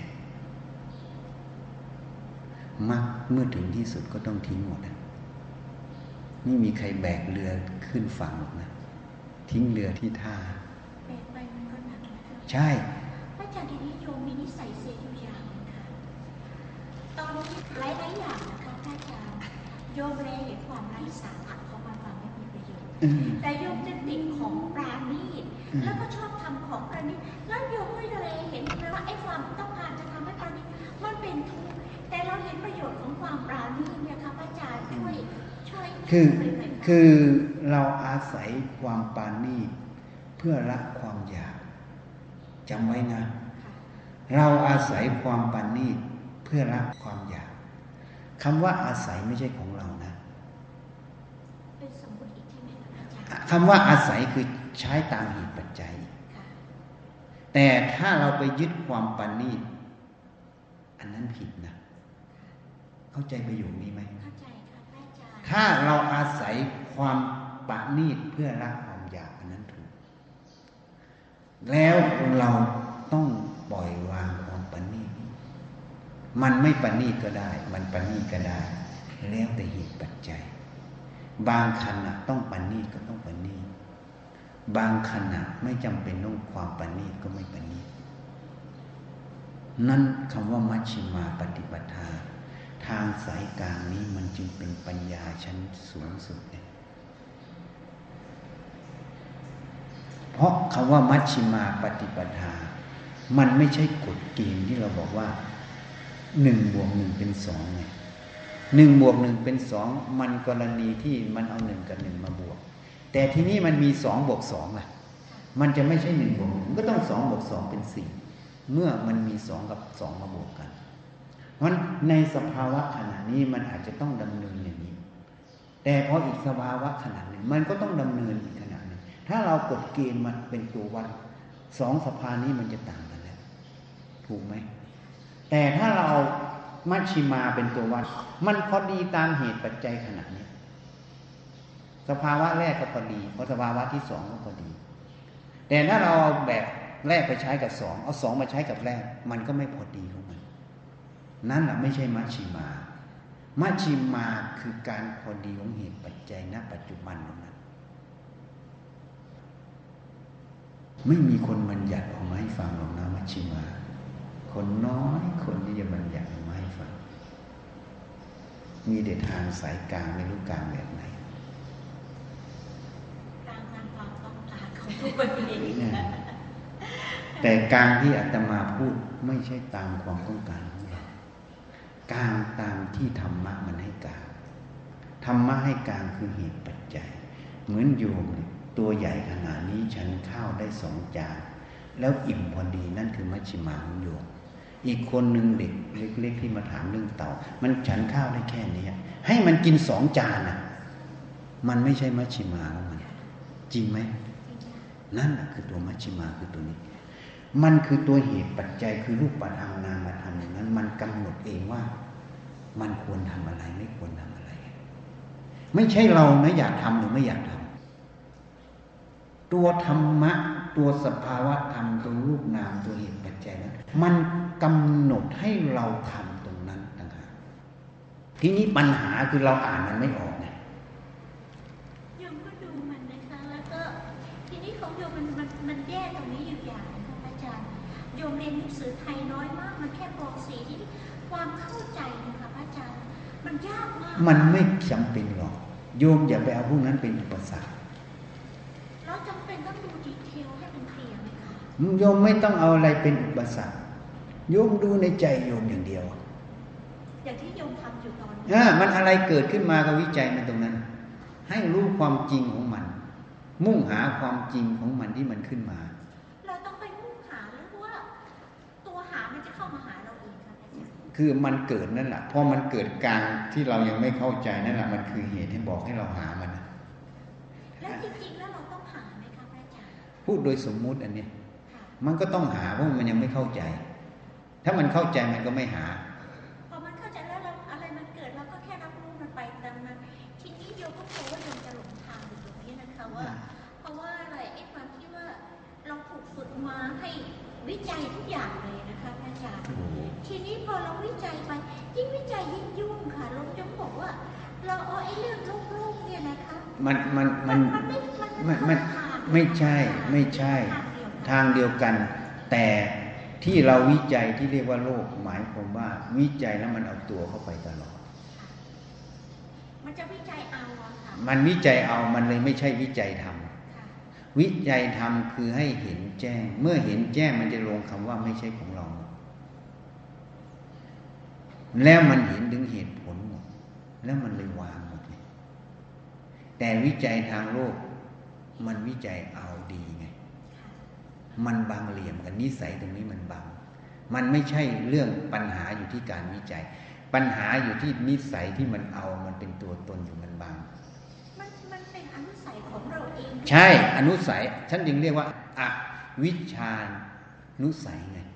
มรรคเมื่อถึงที่สุดก็ต้องทิ้งหมดไม่มีใครแบกเรือขึ้นฝั่งหรอกนะทิ้งเรือที่ท่าแบกไปมันก็หนักนะคะใช่พระอาจารย์ทีนี้โยมมีนิสัยเสียอยู่อย่างนึงค่ะตอนนี้หลายๆอย่างนะคะพระอาจารย์โยมเลยเห็นความไร้สาระของมันฟังไม่มีประโยชน์แต่โยมจะติดของปราณีตแล้วก็ชอบทำของปราณีตแล้วโยมก็เลยเห็นเลยว่าไอ้ความต้องการจะทำให้ปราณีตมันเป็นทุกข์แต่เราเห็นประโยชน์ของความปราณีตเนี่ยค่ะพระอาจารย์ช่วยช่วยคือคือเราอาศัยความปราณีตเพื่อละความอยากจำไว้นะเราอาศัยความปราณีตเพื่อละความอยากคำว่าอาศัยไม่ใช่ของเรานะเป็นสมมติอีกที่ไหมคะคำว่าอาศัยคือใช้ตามเหตุปัจจัยแต่ถ้าเราไปยึดความปราณีตอันนั้นผิดนะเข้าใจประโยคนี้ไหมเข้าใจค่ะอาจารย์ถ้าเราอาศัยความปราณีตเพื่อละความอยากอันนั้นถูกแล้วเราต้องปล่อยวางความปราณีตมันไม่ปราณีตก็ได้มันปราณีตก็ได้แล้วแต่เหตุปัจจัยบางขณะต้องปราณีตก็ต้องปราณีตบางขณะไม่จำเป็นต้องความปราณีตก็ไม่ปราณีตนั่นคำว่ามัชฌิมาปฏิปทาทางสายกลางนี้มันจึงเป็นปัญญาชั้นสูงสุดเนี่ยเพราะคำว่ามัชฌิมาปฏิปทามันไม่ใช่กฎเกณฑ์ที่เราบอกว่าหนึ่งบวกหนึ่งเป็นสองไงหนึ่งบวกหนึ่งเป็นสองมันกรณีที่มันเอาหนึ่งกับหนึ่งมาบวกแต่ทีนี้มันมีสองบวกสองล่ะมันจะไม่ใช่หนึ่งบวกหนึ่งก็ต้องสองบวกสองเป็นสี่เมื่อมันมีสองกับสองมาบวกกันเพราะในสภาวะขณะนี้มันอาจจะต้องดำเนินอย่างนี้แต่พออีกสภาวะขณะหนึ่งมันก็ต้องดำเนินอีกขณะหนึ่งถ้าเรากดเกณฑ์มันเป็นตัววัดสองสภานี้มันจะต่างกันแล้วถูกไหมแต่ถ้าเรามัชฌิมาเป็นตัววัดมันพอดีตามเหตุปัจจัยขณะนี้สภาวะแรกก็พอดีเพราะสภาวะที่สองก็พอดีแต่ถ้าเราเอาแบบแรกไปใช้กับสองเอาสองมาใช้กับแรกมันก็ไม่พอดีของมันนั่นแหละไม่ใช่มัชฌิมามัชฌิมาคือการพอดีของเหตุปัจจัยณปัจจุบันตรงนั้นไม่มีคนบัญญัติออกมาให้ฟังหรอกนะมัชฌิมาคนน้อยคนที่จะบัญญัติออกมาให้ฟังมีแต่ทางสายกลางไม่รู้กลางแบบไหนกลางตามความต้องการของผู้บริโภคแต่กลางที่อาตมาพูดไม่ใช่ตามความต้องการของเรากลางตามที่ธรรมะมันให้กลางธรรมะให้กลางคือเหตุปัจจัยเหมือนโยมเนี่ยตัวใหญ่ขนาดนี้ฉันข้าวได้สองจานแล้วอิ่มพอดีนั่นคือมัชฌิมาของโยมอีกคนหนึ่งเด็กเล็กๆที่มาถามเรื่องเต่ามันฉันข้าวได้แค่นี้ให้มันกินสองจานน่ะมันไม่ใช่มัชฌิมาของมันจริงไหมนั่นแหละคือตัวมัชฌิมาคือตัวนี้มันคือตัวเหตุปัจจัยคือรูปธรรมนามธรรมอย่างนั้นมันกำหนดเองว่ามันควรทำอะไรไม่ควรทำอะไรไม่ใช่เรานะอยากทำหรือไม่อยากทำตัวธรรมะตัวสภาวะธรรมตัวรูปนามตัวเหตุปัจจัยนั้นมันกำหนดให้เราทำตรงนั้นต่างหากทีนี้ปัญหาคือเราอ่านมันไม่ออกไงโยมก็ดูมันนะคะแล้วก็ทีนี้ของโยมมันมันมันแย่ตรงนี้อยู่อย่างนะคะอาจารย์โยมเรียนหนังสือไทยน้อยมากมันแค่ป.สี่ที่ความเข้าใจนะคะอาจารย์มันยากมากมันไม่จำเป็นหรอกโยมอย่าไปเอาพวกนั้นเป็นอุปสรรคเราจำเป็นต้องดูดีเทลให้มันเคลียร์ไหมคะโยมไม่ต้องเอาอะไรเป็นอุปสรรคโยมดูในใจโยมอย่างเดียวอย่างที่โยมทำอยู่ตอนนี้อ่ามันอะไรเกิดขึ้นมาก็วิจัยมันตรงนั้นให้รู้ความจริงของมันมุ่งหาความจริงของมันที่มันขึ้นมาเราต้องไปมุ่งหาหรือว่าตัวหามันจะเข้ามาหาเราเองคะอาจารย์คือมันเกิดนั่นแหละพอมันเกิดกลางที่เรายังไม่เข้าใจนั่นแหละมันคือเหตุที่บอกให้เราหามันแล้วจริงๆแล้วเราต้องหาไหมคะอาจารย์พูดโดยสมมุติอันนี้มันก็ต้องหาเพราะมันยังไม่เข้าใจถ้ามันเข้าใจมันก็ไม่หาพอมันเข้าใจแล้วเราอะไรมันเกิดเราก็แค่รับรู้มันไปตามนั้นทีนี้โยมก็กลัวว่าโยมจะหลงทางอยู่ตรงนี้นะคะว่าเพราะว่าอะไรไอ้ความที่ว่าเราถูกฝึกมาให้วิจัยทุกอย่างเลยนะคะอาจารย์ทีนี้พอเราวิจัยไปยิ่งวิจัยยิ่งยุ่งค่ะเราจะบอกว่าเราเอาไอ้เรื่องโลกๆเนี่ยนะคะมันมันมันมันมันไม่ใช่ไม่ใช่ทางเดียวกันแต่ที่เราวิจัยที่เรียกว่าโลกหมายความว่าวิจัยแล้วมันเอาตัวเข้าไปตลอดมันจะวิจัยเอาอะค่ะมันวิจัยเอามันเลยไม่ใช่วิจัยธรรมวิจัยธรรมคือให้เห็นแจ้งเมื่อเห็นแจ้งมันจะลงคำว่าไม่ใช่ของเราแล้วมันเห็นถึงเหตุผลหมดแล้วมันเลยวางหมดเลยแต่วิจัยทางโลกมันวิจัยเอาดีไงมันบางเหลี่ยมกันนิสัยตรงนี้มันบางมันไม่ใช่เรื่องปัญหาอยู่ที่การวิจัยปัญหาอยู่ที่นิสัยที่มันเอามันเป็นตัวตนอยู่มันบางมันมันเป็นอนุสัยของเราเองใช่อนุสัยฉันจึงเรียกว่าอวิชชานุสัยไง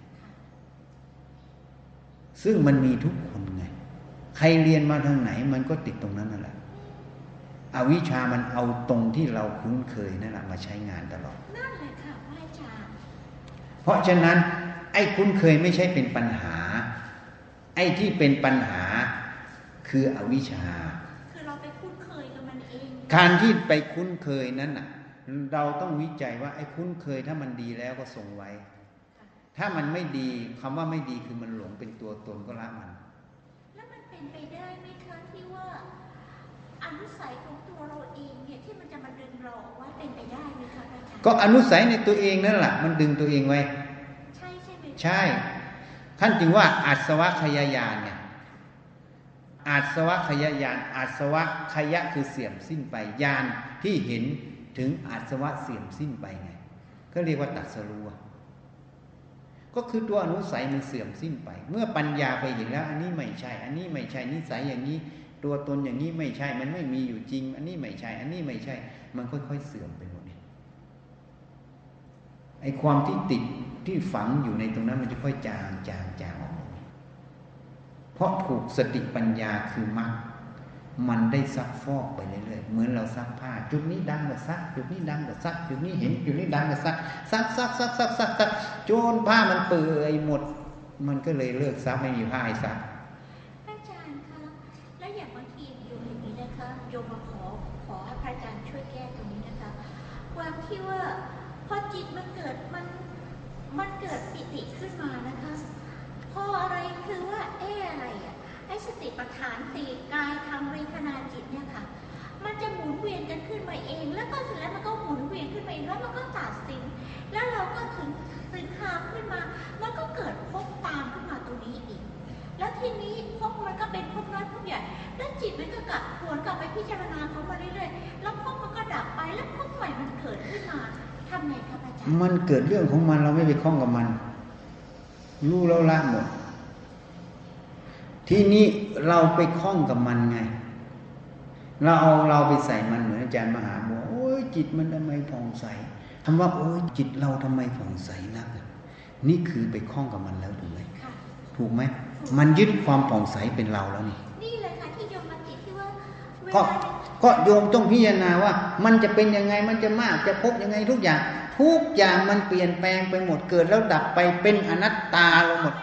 ซึ่งมันมีทุกคนไงใครเรียนมาทางไหนมันก็ติดตรงนั้นนั่นแหละอวิชชามันเอาตรงที่เราคุ้นเคยนั่นแหละมาใช้งานตลอดนั่นแหละค่ะพระอาจารย์เพราะฉะนั้นไอ้คุ้นเคยไม่ใช่เป็นปัญหาไอ้ที่เป็นปัญหาคืออวิชชาคือเราไปคุ้นเคยกับมันเองการที่ไปคุ้นเคยนั้นน่ะเราต้องวิจัยว่าไอ้คุ้นเคยถ้ามันดีแล้วก็ทรงไว้ถ้ามันไม่ดีคำว่าไม่ดีคือมันหลงเป็นตัวตนก็ละมันแล้วมันเป็นเป็นไปได้ไหมคะที่ว่าอนุสัยของตัวเราเองเนี่ยที่มันจะมาดึงเราเอาไว้เป็นไปได้ไหมคะอาจารย์ก็อนุสัยในตัวเองนั่นแหละมันดึงตัวเองไว้ใช่ใช่ไหมใช่ท่านจึงว่าอาสวะขยายานเนี่ยอาสวะขยายานอาสวะขยะคือเสื่อมสิ้นไปญาณที่เห็นถึงอาสวะเสื่อมสิ้นไปไงก็เรียกว่าตรัสรู้ก็คือตัวอนุสัยมันเสื่อมสิ้นไปเมื่อปัญญาไปเห็นแล้วอันนี้ไม่ใช่อันนี้ไม่ใช่นิสัยอย่างนี้ตัวตนอย่างนี้ไม่ใช่มันไม่มีอยู่จริงอันนี้ไม่ใช่อันนี้ไม่ใช่มันค่อยๆเสื่อมไปหมดเนี่ยไอ้ความที่ติดที่ฝังอยู่ในตรงนั้นมันจะค่อยจางจางจางออกเพราะถูกสติปัญญาคือมรรคมันได้ซักฟอกไปเรื่อยๆเหมือนเราซักผ้าจุดนี้ดังก็ซักจุดนี้ดังก็ซักจุดนี้เห็นจุดนี้ดังก็ซักซักซักซักซักซักซักจนผ้ามันเปื่อยหมดมันก็เลยเลิกซักไม่มีผ้าให้ซักอาจารย์คะแล้วอย่างบางทีโยมอย่างนี้นะคะโยมมาขอขอให้พระอาจารย์ช่วยแก้ตรงนี้นะคะความที่ว่าพอจิตมันเกิดมันมันเกิดปิติขึ้นมานะคะพออะไรคือว่าเอ๊ะอะไรอ่ะไอ้สติปัฏฐานสี่กายธรรมเวทนาจิตเนี่ยค่ะมันจะหมุนเวียนกันขึ้นมาเองแล้วก็เสร็จแล้วมันก็หมุนเวียนขึ้นมาเองแล้วมันก็ตัดสินแล้วเราก็ถึงถึงทางขึ้นมามันก็เกิดภพตามขึ้นมาตัวนี้อีกแล้วทีนี้ภพมันก็เป็นภพน้อยภพใหญ่แล้วจิตมันก็กลับหวนกลับไปพิจารณาเขามาเรื่อยๆแล้วภพมันก็ดับไปแล้วภพใหม่มันเกิดขึ้นมาทำไงครับอาจารย์มันเกิดเรื่องของมันเราไม่ไปคล้องกับมันรู้แล้วละหมดทีนี้เราไปคล้องกับมันไงเราเอาเราไปใส่มันเหมือนอาจารย์มหาบัวโอ้ยจิตมันทำไมผ่องใสคำว่าโอ้ยจิตเราทำไมผ่องใสนักนี่คือไปคล้องกับมันแล้วถูกไหมถูกไหมมันยึดความผ่องใสเป็นเราแล้วนี่นี่เลยค่ะที่โยมมาติดที่ว่าก็ก็โยมต้องพิจารณาว่ามันจะเป็นยังไงมันจะมากจะพบยังไงทุกอย่างทุกอย่างมันเปลี่ยนแปลงไปหมดเกิดแล้วดับไปเป็นอนัตตาลงหมด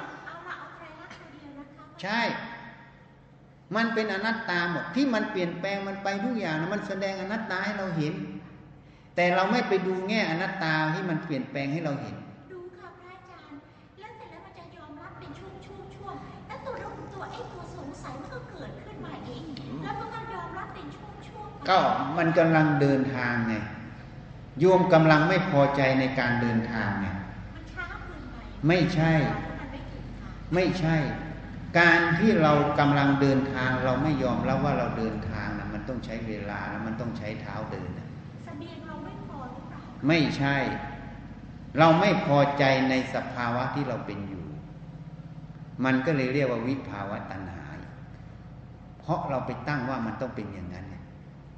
ใช่มันเป็นอนัตตาหมดที่มันเปลี่ยนแปลงมันไปทุกอย่างนะมันแสดงอนัตตาให้เราเห็นแต่เราไม่ไปดูแง่อนัตตาที่มันเปลี่ยนแปลงให้เราเห็นดูค่ะพระอาจารย์แล้วเสร็จแล้วมันจะยอมรับเป็นช่วงช่วงช่วงแล้วตัวเราตัวไอ้ตัวสงสัยมันก็เกิดขึ้นมาเองแล้วมันก็ยอมรับเป็นช่วงช่วงก็มันกำลังเดินทางไงโยมกำลังไม่พอใจในการเดินทางไงมันช้าเกินไปไม่ใช่ไม่ใช่การที่เรากำลังเดินทางเราไม่ยอมรับว่าเราเดินทางนะมันต้องใช้เวลาแล้วมันต้องใช้เท้าเดินนะแสดงเราไม่พอหรือเปล่าไม่ใช่เราไม่พอใจในสภาวะที่เราเป็นอยู่มันก็เลยเรียกว่าวิภาวะตัณหาเพราะเราไปตั้งว่ามันต้องเป็นอย่างนั้นเนี่ย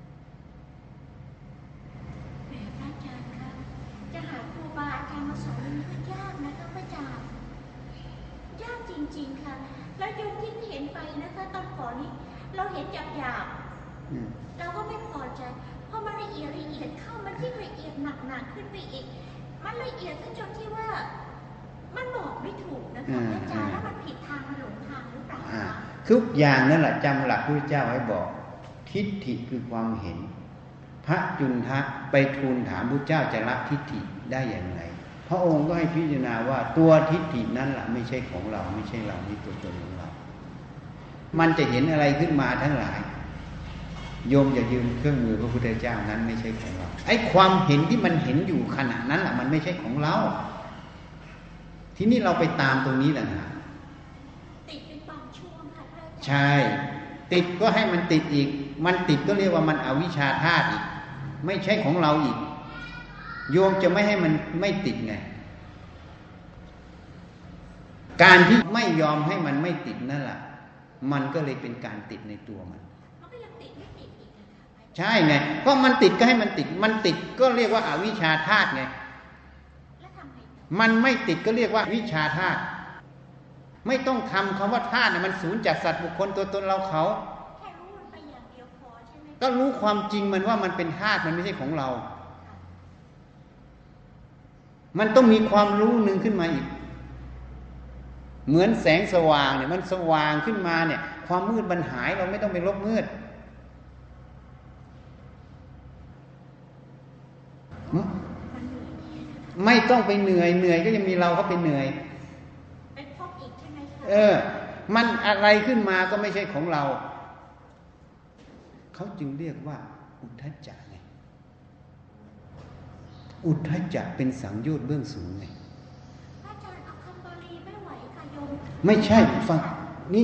แหมพระอาจารย์ครับจะหาครูบาอาจารย์มาสอนมันก็ยากนะครับพระอาจารย์ยากจริงๆค่ะแล้วโยมที่เห็นไปนะคะตอนก่อนนี้เราเห็นหยาบๆเราก็ไม่พอใจพอมันละเอียดละเอียดเข้ามันยิ่งละเอียดหนักๆขึ้นไปอีกมันละเอียดจนที่ว่ามันบอกไม่ถูกนะคะอาจารย์แล้วมันผิดทางมันหลงทางหรือเปล่าทุกอย่างนั่นแหละจำหลักพระเจ้าไว้บอกทิฏฐิคือความเห็นพระจุนทะไปทูลถามพระเจ้าจะละทิฏฐิได้อย่างไรพระองค์ก็ให้พิจารณาว่าตัวทิฏฐินั้นแหละไม่ใช่ของเราไม่ใช่เรานี่ตัวตนของเรามันจะเห็นอะไรขึ้นมาทั้งหลายโยมอย่ายืมเครื่องมือพระพุทธเจ้านั้นไม่ใช่ของเราไอ้ความเห็นที่มันเห็นอยู่ขณะนั้นแหละมันไม่ใช่ของเราทีนี้เราไปตามตรงนี้แหละนะติดเป็นบางช่วงค่ะใช่ติดก็ให้มันติดอีกมันติดก็เรียกว่ามันอวิชชาธาตุอีกไม่ใช่ของเราอีกโยมจะไม่ให้มันไม่ติดไงการที่ไม่ยอมให้มันไม่ติดนั่นแหละมันก็เลยเป็นการติดในตัวมันมันก็ยังติดไม่ติดอีกใช่ไงเพราะมันติดก็ให้มันติดมันติดก็เรียกว่าอวิชชาธาตุไงมันไม่ติดก็เรียกว่าวิชชาธาตุไม่ต้องทำคำว่าธาตุเนี่ยมันสูญจากสัตว์บุคคลตัวตนเราเขาแค่รู้มันไปอย่างเดียวพอใช่ไหมก็รู้ความจริงมันว่ามันเป็นธาตุมันไม่ใช่ของเรามันต้องมีความรู้หนึ่งขึ้นมาอีกเหมือนแสงสว่างเนี่ยมันสว่างขึ้นมาเนี่ยความมืดมันหายเราไม่ต้องไปลบมืดไม่ต้องไปเหนื่อยเหนื่อยก็ยังมีเราเขาไปเหนื่อยเป็นพบอีกใช่ไหมคะเออมันอะไรขึ้นมาก็ไม่ใช่ของเราเขาจึงเรียกว่าอุทธัจจะไงอุทธัจจะเป็นสังโยชน์เบื้องสูงไงอาจารย์เอาคำบาลีไม่ไหวค่ะโยมไม่ใช่ฟังนี่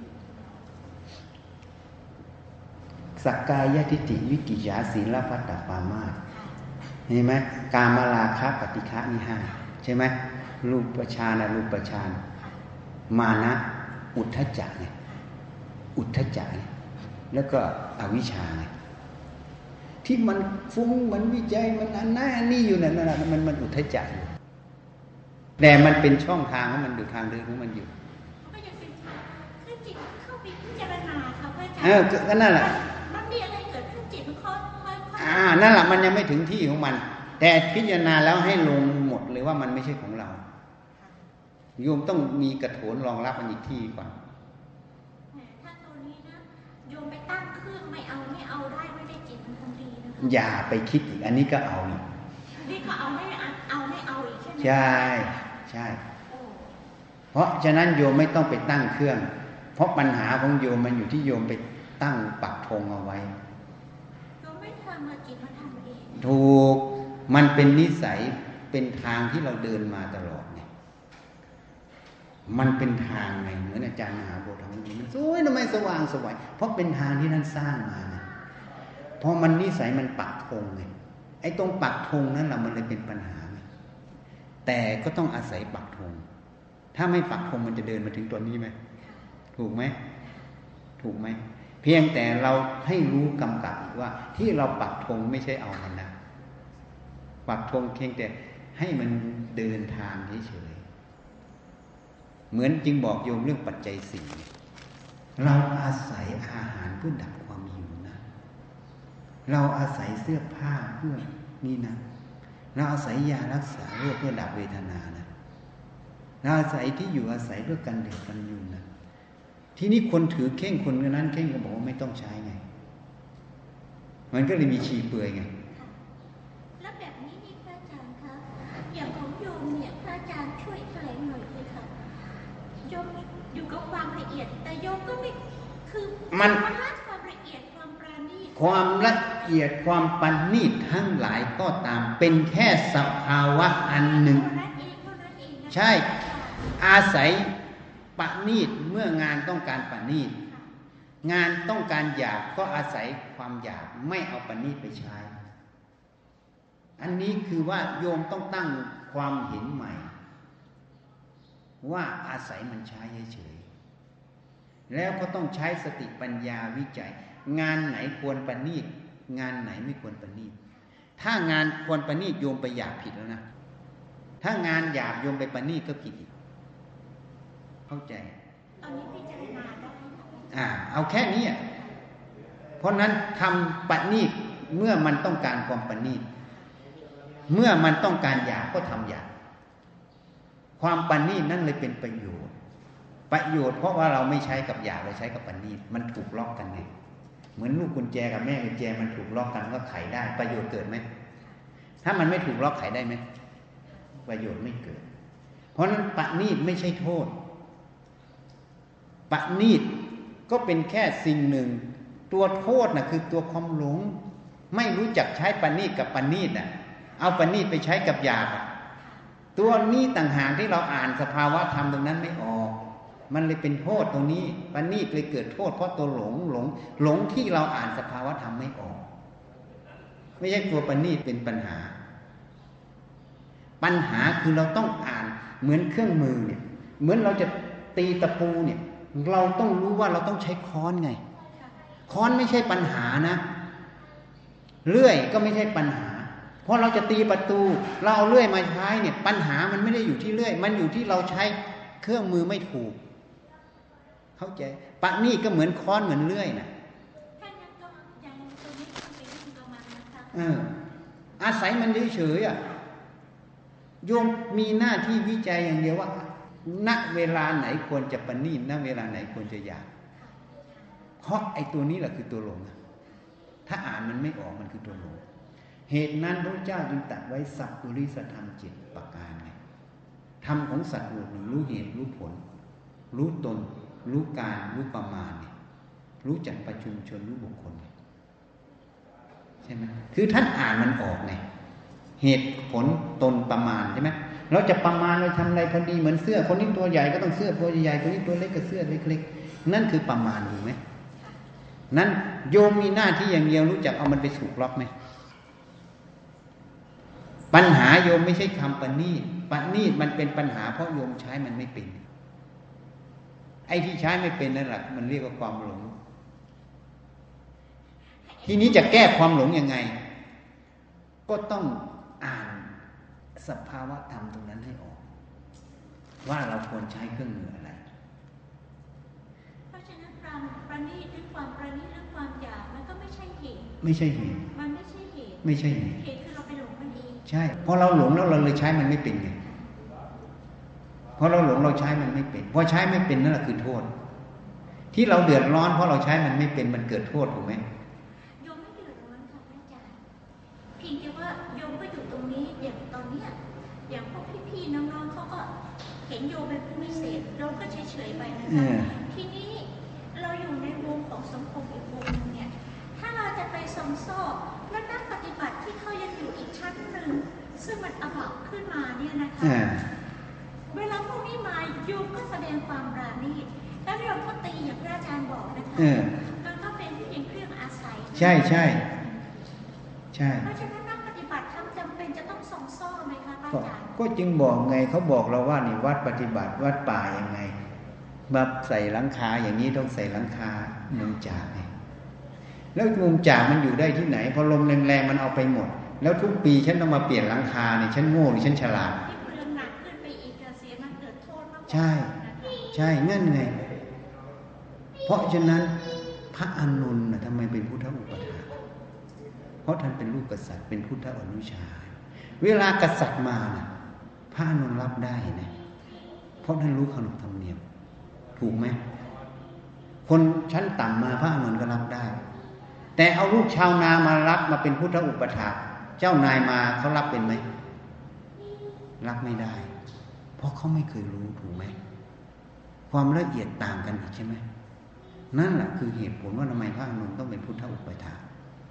สักกายทิฏฐิวิกิจฉาศีลพัตตปามาสเห็นไหมกามราคะปฏิฆะนี่ห้าใช่ไหมรูปฌานอรูปฌานมานะอุทธัจจะไงอุทธัจจะไงแล้วก็อวิชชาไงที่มันฟุ้งมันวิจัยมันอันนั้นอันนี้อยู่นั่นน่ะมันมันอุทธัจจะอยู่แต่มันเป็นช่องทางของมันอยู่ทางเดินของมันอยู่ก็ยังเป็นคือจิตเข้าไปพิจารณาค่ะพระอาจารย์เออก็นั่นแหละมันมีอะไรเกิดขึ้นจิตมันค่อยๆอ่านั่นแหละมันยังไม่ถึงที่ของมันแต่พิจารณาแล้วให้ลงหมดเลยว่ามันไม่ใช่ของเราโยมต้องมีกระโถนรองรับมันอีกที่ก่อนถ้าตัวนี้นะโยมไปตั้งเครื่องไม่เอาไม่เอาได้ไม่ได้จิตมันคงดีนะคะอย่าไปคิดอีกอันนี้ก็เอาอีกนี่ก็เอาไม่เอาไม่เอาอีกใช่ไหมใช่ใช่เพราะฉะนั้นโยมไม่ต้องไปตั้งเครื่องเพราะปัญหาของโยมมันอยู่ที่โยมไปตั้งปักธงเอาไว้โยมไม่ทำมาจิตมันทำเองถูกมันเป็นนิสัยเป็นทางที่เราเดินมาตลอดไงมันเป็นทางไงเหมือนอาจารย์มหาโพธิ์ทองมันสวยทำไมสว่างสวยเพราะเป็นทางที่ท่านสร้างมาไงพอมันนิสัยมันปักธงไงไอ้ตรงปักธงนั้นแหละมันเลยเป็นปัญหาไงแต่ก็ต้องอาศัยปักธงถ้าไม่ปักธงมันจะเดินมาถึงตัวนี้ไหมถูกไหมถูกไหมเพียงแต่เราให้รู้กำกับว่าที่เราปักธงไม่ใช่เอามันนะปักธงเพียงแต่ให้มันเดินทางเฉยๆเหมือนจึงบอกโยมเรื่องปัจจัยสี่เราอาศัยอาหารเพื่อดับความหิวนะเราอาศัยเสื้อผ้าเพื่อนี่นะเราอาศัยยารักษาโรคเพื่อดับเวทนานะเราอาศัยที่อยู่อาศัยเพื่อกันเดือดกันยุงนะที่นี้คนถือเข่งคนนั้นเข่งก็บอกว่าไม่ต้องใช้ไงมันก็เลยมีชีเปลือยไงแล้วแบบนี้นี่พระอาจารย์คะอย่างของโยมเนี่ยพระอาจารย์ช่วยแถลงหน่อยเลยค่ะโยมอยู่กับความละเอียดแต่โยมก็ไม่คือมันความละเอียดความปราณีตความละเอียดความปราณีตทั้งหลายก็ตามเป็นแค่สภาวะอันหนึ่งใช่อาศัยปณีตเมื่องานต้องการปณีตงานต้องการหยาบก็อาศัยความหยาบไม่เอาปณีตไปใช้อันนี้คือว่าโยมต้องตั้งความเห็นใหม่ว่าอาศัยมันใช้เฉยๆแล้วก็ต้องใช้สติปัญญาวิจัยงานไหนควรปณีตงานไหนไม่ควรปณีตถ้างานควรปณีตโยมไปหยาบผิดแล้วนะถ้างานหยาบโยมไปปณีตก็ผิดอีกเข้าใจอันนี้พิจารณาได้อ่าเอาแค่นี้อ่ะเพราะนั้นทำปณีตเมื่อมันต้องการความปณีตเมื่อมันต้องการหยาบก็ทำหยาบความปณีตนั่นเลยเป็นประโยชน์ประโยชน์เพราะว่าเราไม่ใช้กับหยาบเราใช้กับปณีตมันถูกล็อกกันไงเหมือนลูกกุญแจกับแม่กุญแจมันถูกล็อกกันก็ไขได้ประโยชน์เกิดไหมถ้ามันไม่ถูกล็อกไขได้ไหมประโยชน์ไม่เกิดเพราะนั้นปณีตไม่ใช่โทษปณีตก็เป็นแค่สิ่งหนึ่งตัวโทษน่ะคือตัวความหลงไม่รู้จักใช้ปณีตกับปณีตน่ะเอาปณีตไปใช้กับหยาบตัวนี้ต่างหากที่เราอ่านสภาวะธรรมตรงนั้นไม่ออกมันเลยเป็นโทษตรงนี้ปณีตเลยเกิดโทษเพราะตัวหลงหลงหลงที่เราอ่านสภาวะธรรมไม่ออกไม่ใช่ตัวปณีตเป็นปัญหาปัญหาคือเราต้องอ่านเหมือนเครื่องมือเนี่ยเหมือนเราจะตีตะปูเนี่ยเราต้องรู้ว่าเราต้องใช้ค้อนไงค้อนไม่ใช่ปัญหานะเลื่อยก็ไม่ใช่ปัญหาเพราะเราจะตีประตูเราเอาเลื่อยมาใช้เนี่ยปัญหามันไม่ได้อยู่ที่เลื่อยมันอยู่ที่เราใช้เครื่องมือไม่ถูกเข้าใจปะนี่ก็เหมือนค้อนเหมือนเลื่อยนะเอออาศัยมันเฉยๆอ่ะโยมมีหน้าที่วิจัยอย่างเดียวว่าณเวลาไหนควรจะประณีตณเวลาไหนควรจะหยาบเพราะไอ้ตัวนี้แหละคือตัวหลงถ้าอ่านมันไม่ออกมันคือตัวหลงเหตุนั้นพระเจ้าจึงตรัสไว้สัพพุริสธรรมเจ็ดประการไงธรรมของสัตว์หมวดหนึ่งรู้เหตุรู้ผลรู้ตนรู้การรู้ประมาณเนี่ยรู้จักประชุมชนรู้บุคคลใช่ไหมคือท่านอ่านมันออกไงเหตุผลตนประมาณใช่ไหมเราจะประมาณเราทำอะไรพอดีเหมือนเสื้อคนนี้ตัวใหญ่ก็ต้องเสื้อตัวใหญ่คนนี้ตัวเล็กก็เสื้อเล็กๆนั่นคือประมาณถูกไหมนั้นโยมมีหน้าที่อย่างเดียวรู้จักเอามันไปถูกล็อกไหมปัญหาโยมไม่ใช่คำปณีตปณีตมันเป็นปัญหาเพราะโยมใช้มันไม่เป็นไอ้ที่ใช้ไม่เป็นนั่นแหละมันเรียกว่าความหลงทีนี้จะแก้ความหลงยังไงก็ต้องอ่านสภาวะธรรมตรงนั้นให้ออกว่าเราควรใช้เครื่องมืออะไรเพราะฉะนั้นความประณีตหรือความประณีตหรือความหยาบมันก็ไม่ใช่เหตุไม่ใช่เหตุมันไม่ใช่เหตุไม่ใช่เหตุเหตุคือเราไปหลงมันเองใช่พอเราหลงแล้วเราเลยใช้มันไม่เป็นไงพอเราหลงเราใช้มันไม่เป็นพอใช้ไม่เป็นนั่นแหละคือโทษที่เราเดือดร้อนเพราะเราใช้มันไม่เป็นมันเกิดโทษถูกไหมโยมไม่เดือดร้อนค่ะอาจารย์เพียงแต่ว่าโยมก็อยู่ตรงนี้อย่างตอนเนี้ยอย่างพวกพี่ๆน้องๆเขาก็เห็นโยมเป็นผู้พิเศษเราก็เฉยๆไปนะคะทีนี้เราอยู่ในวงของสังคมอีกวงนึงเนี่ยถ้าเราจะไปสมโซ่และนักปฏิบัติที่เขายังอยู่อีกชั้นหนึ่งซึ่งมันอบัติขึ้นมาเนี่ยนะคะเวลาพวกนี้มาโยมก็แสดงความปราณีตแล้วโยมก็ตีอย่างพระอาจารย์บอกนะคะมันก็เป็นที่เป็นเครื่องอาศัยใช่ใช่ใช่เพราะฉะนั้นนักปฏิบัติทำจำเป็นจะต้องสมโซ่ไหมคะพระอาจารย์ก็จึงบอกไงเขาบอกเราว่านี่วัดปฏิบัติวัดป่ายังไงมาใส่หลังคาอย่างนี้ต้องใส่หลังคามุงจากไงแล้วมุงจากมันอยู่ได้ที่ไหนพอลมแรงๆมันเอาไปหมดแล้วทุกปีฉันต้องมาเปลี่ยนหลังคาเนี่ยฉันโง่หรือฉันฉลาดใช่ใช่งั้นไงเพราะฉะนั้นพระอานนท์ทำไมเป็นพุทธอุปถากเพราะท่านเป็นลูกกษัตริย์เป็นพุทธอนุชาเวลากษัตริย์มานะพระอานนท์รับได้นะเพราะท่านรู้ขนบธรรมเนียมถูกไหมคนชั้นต่ำมาพระอานนท์ก็รับได้แต่เอาลูกชาวนามารับมาเป็นพุทธอุปถากเจ้านายมาเขารับเป็นไหมรับไม่ได้เพราะเขาไม่เคยรู้ถูกไหมความละเอียดต่างกันอีกใช่ไหมนั่นแหละคือเหตุผลว่าทำไมพระอานนท์ต้องเป็นพุทธอุปถาก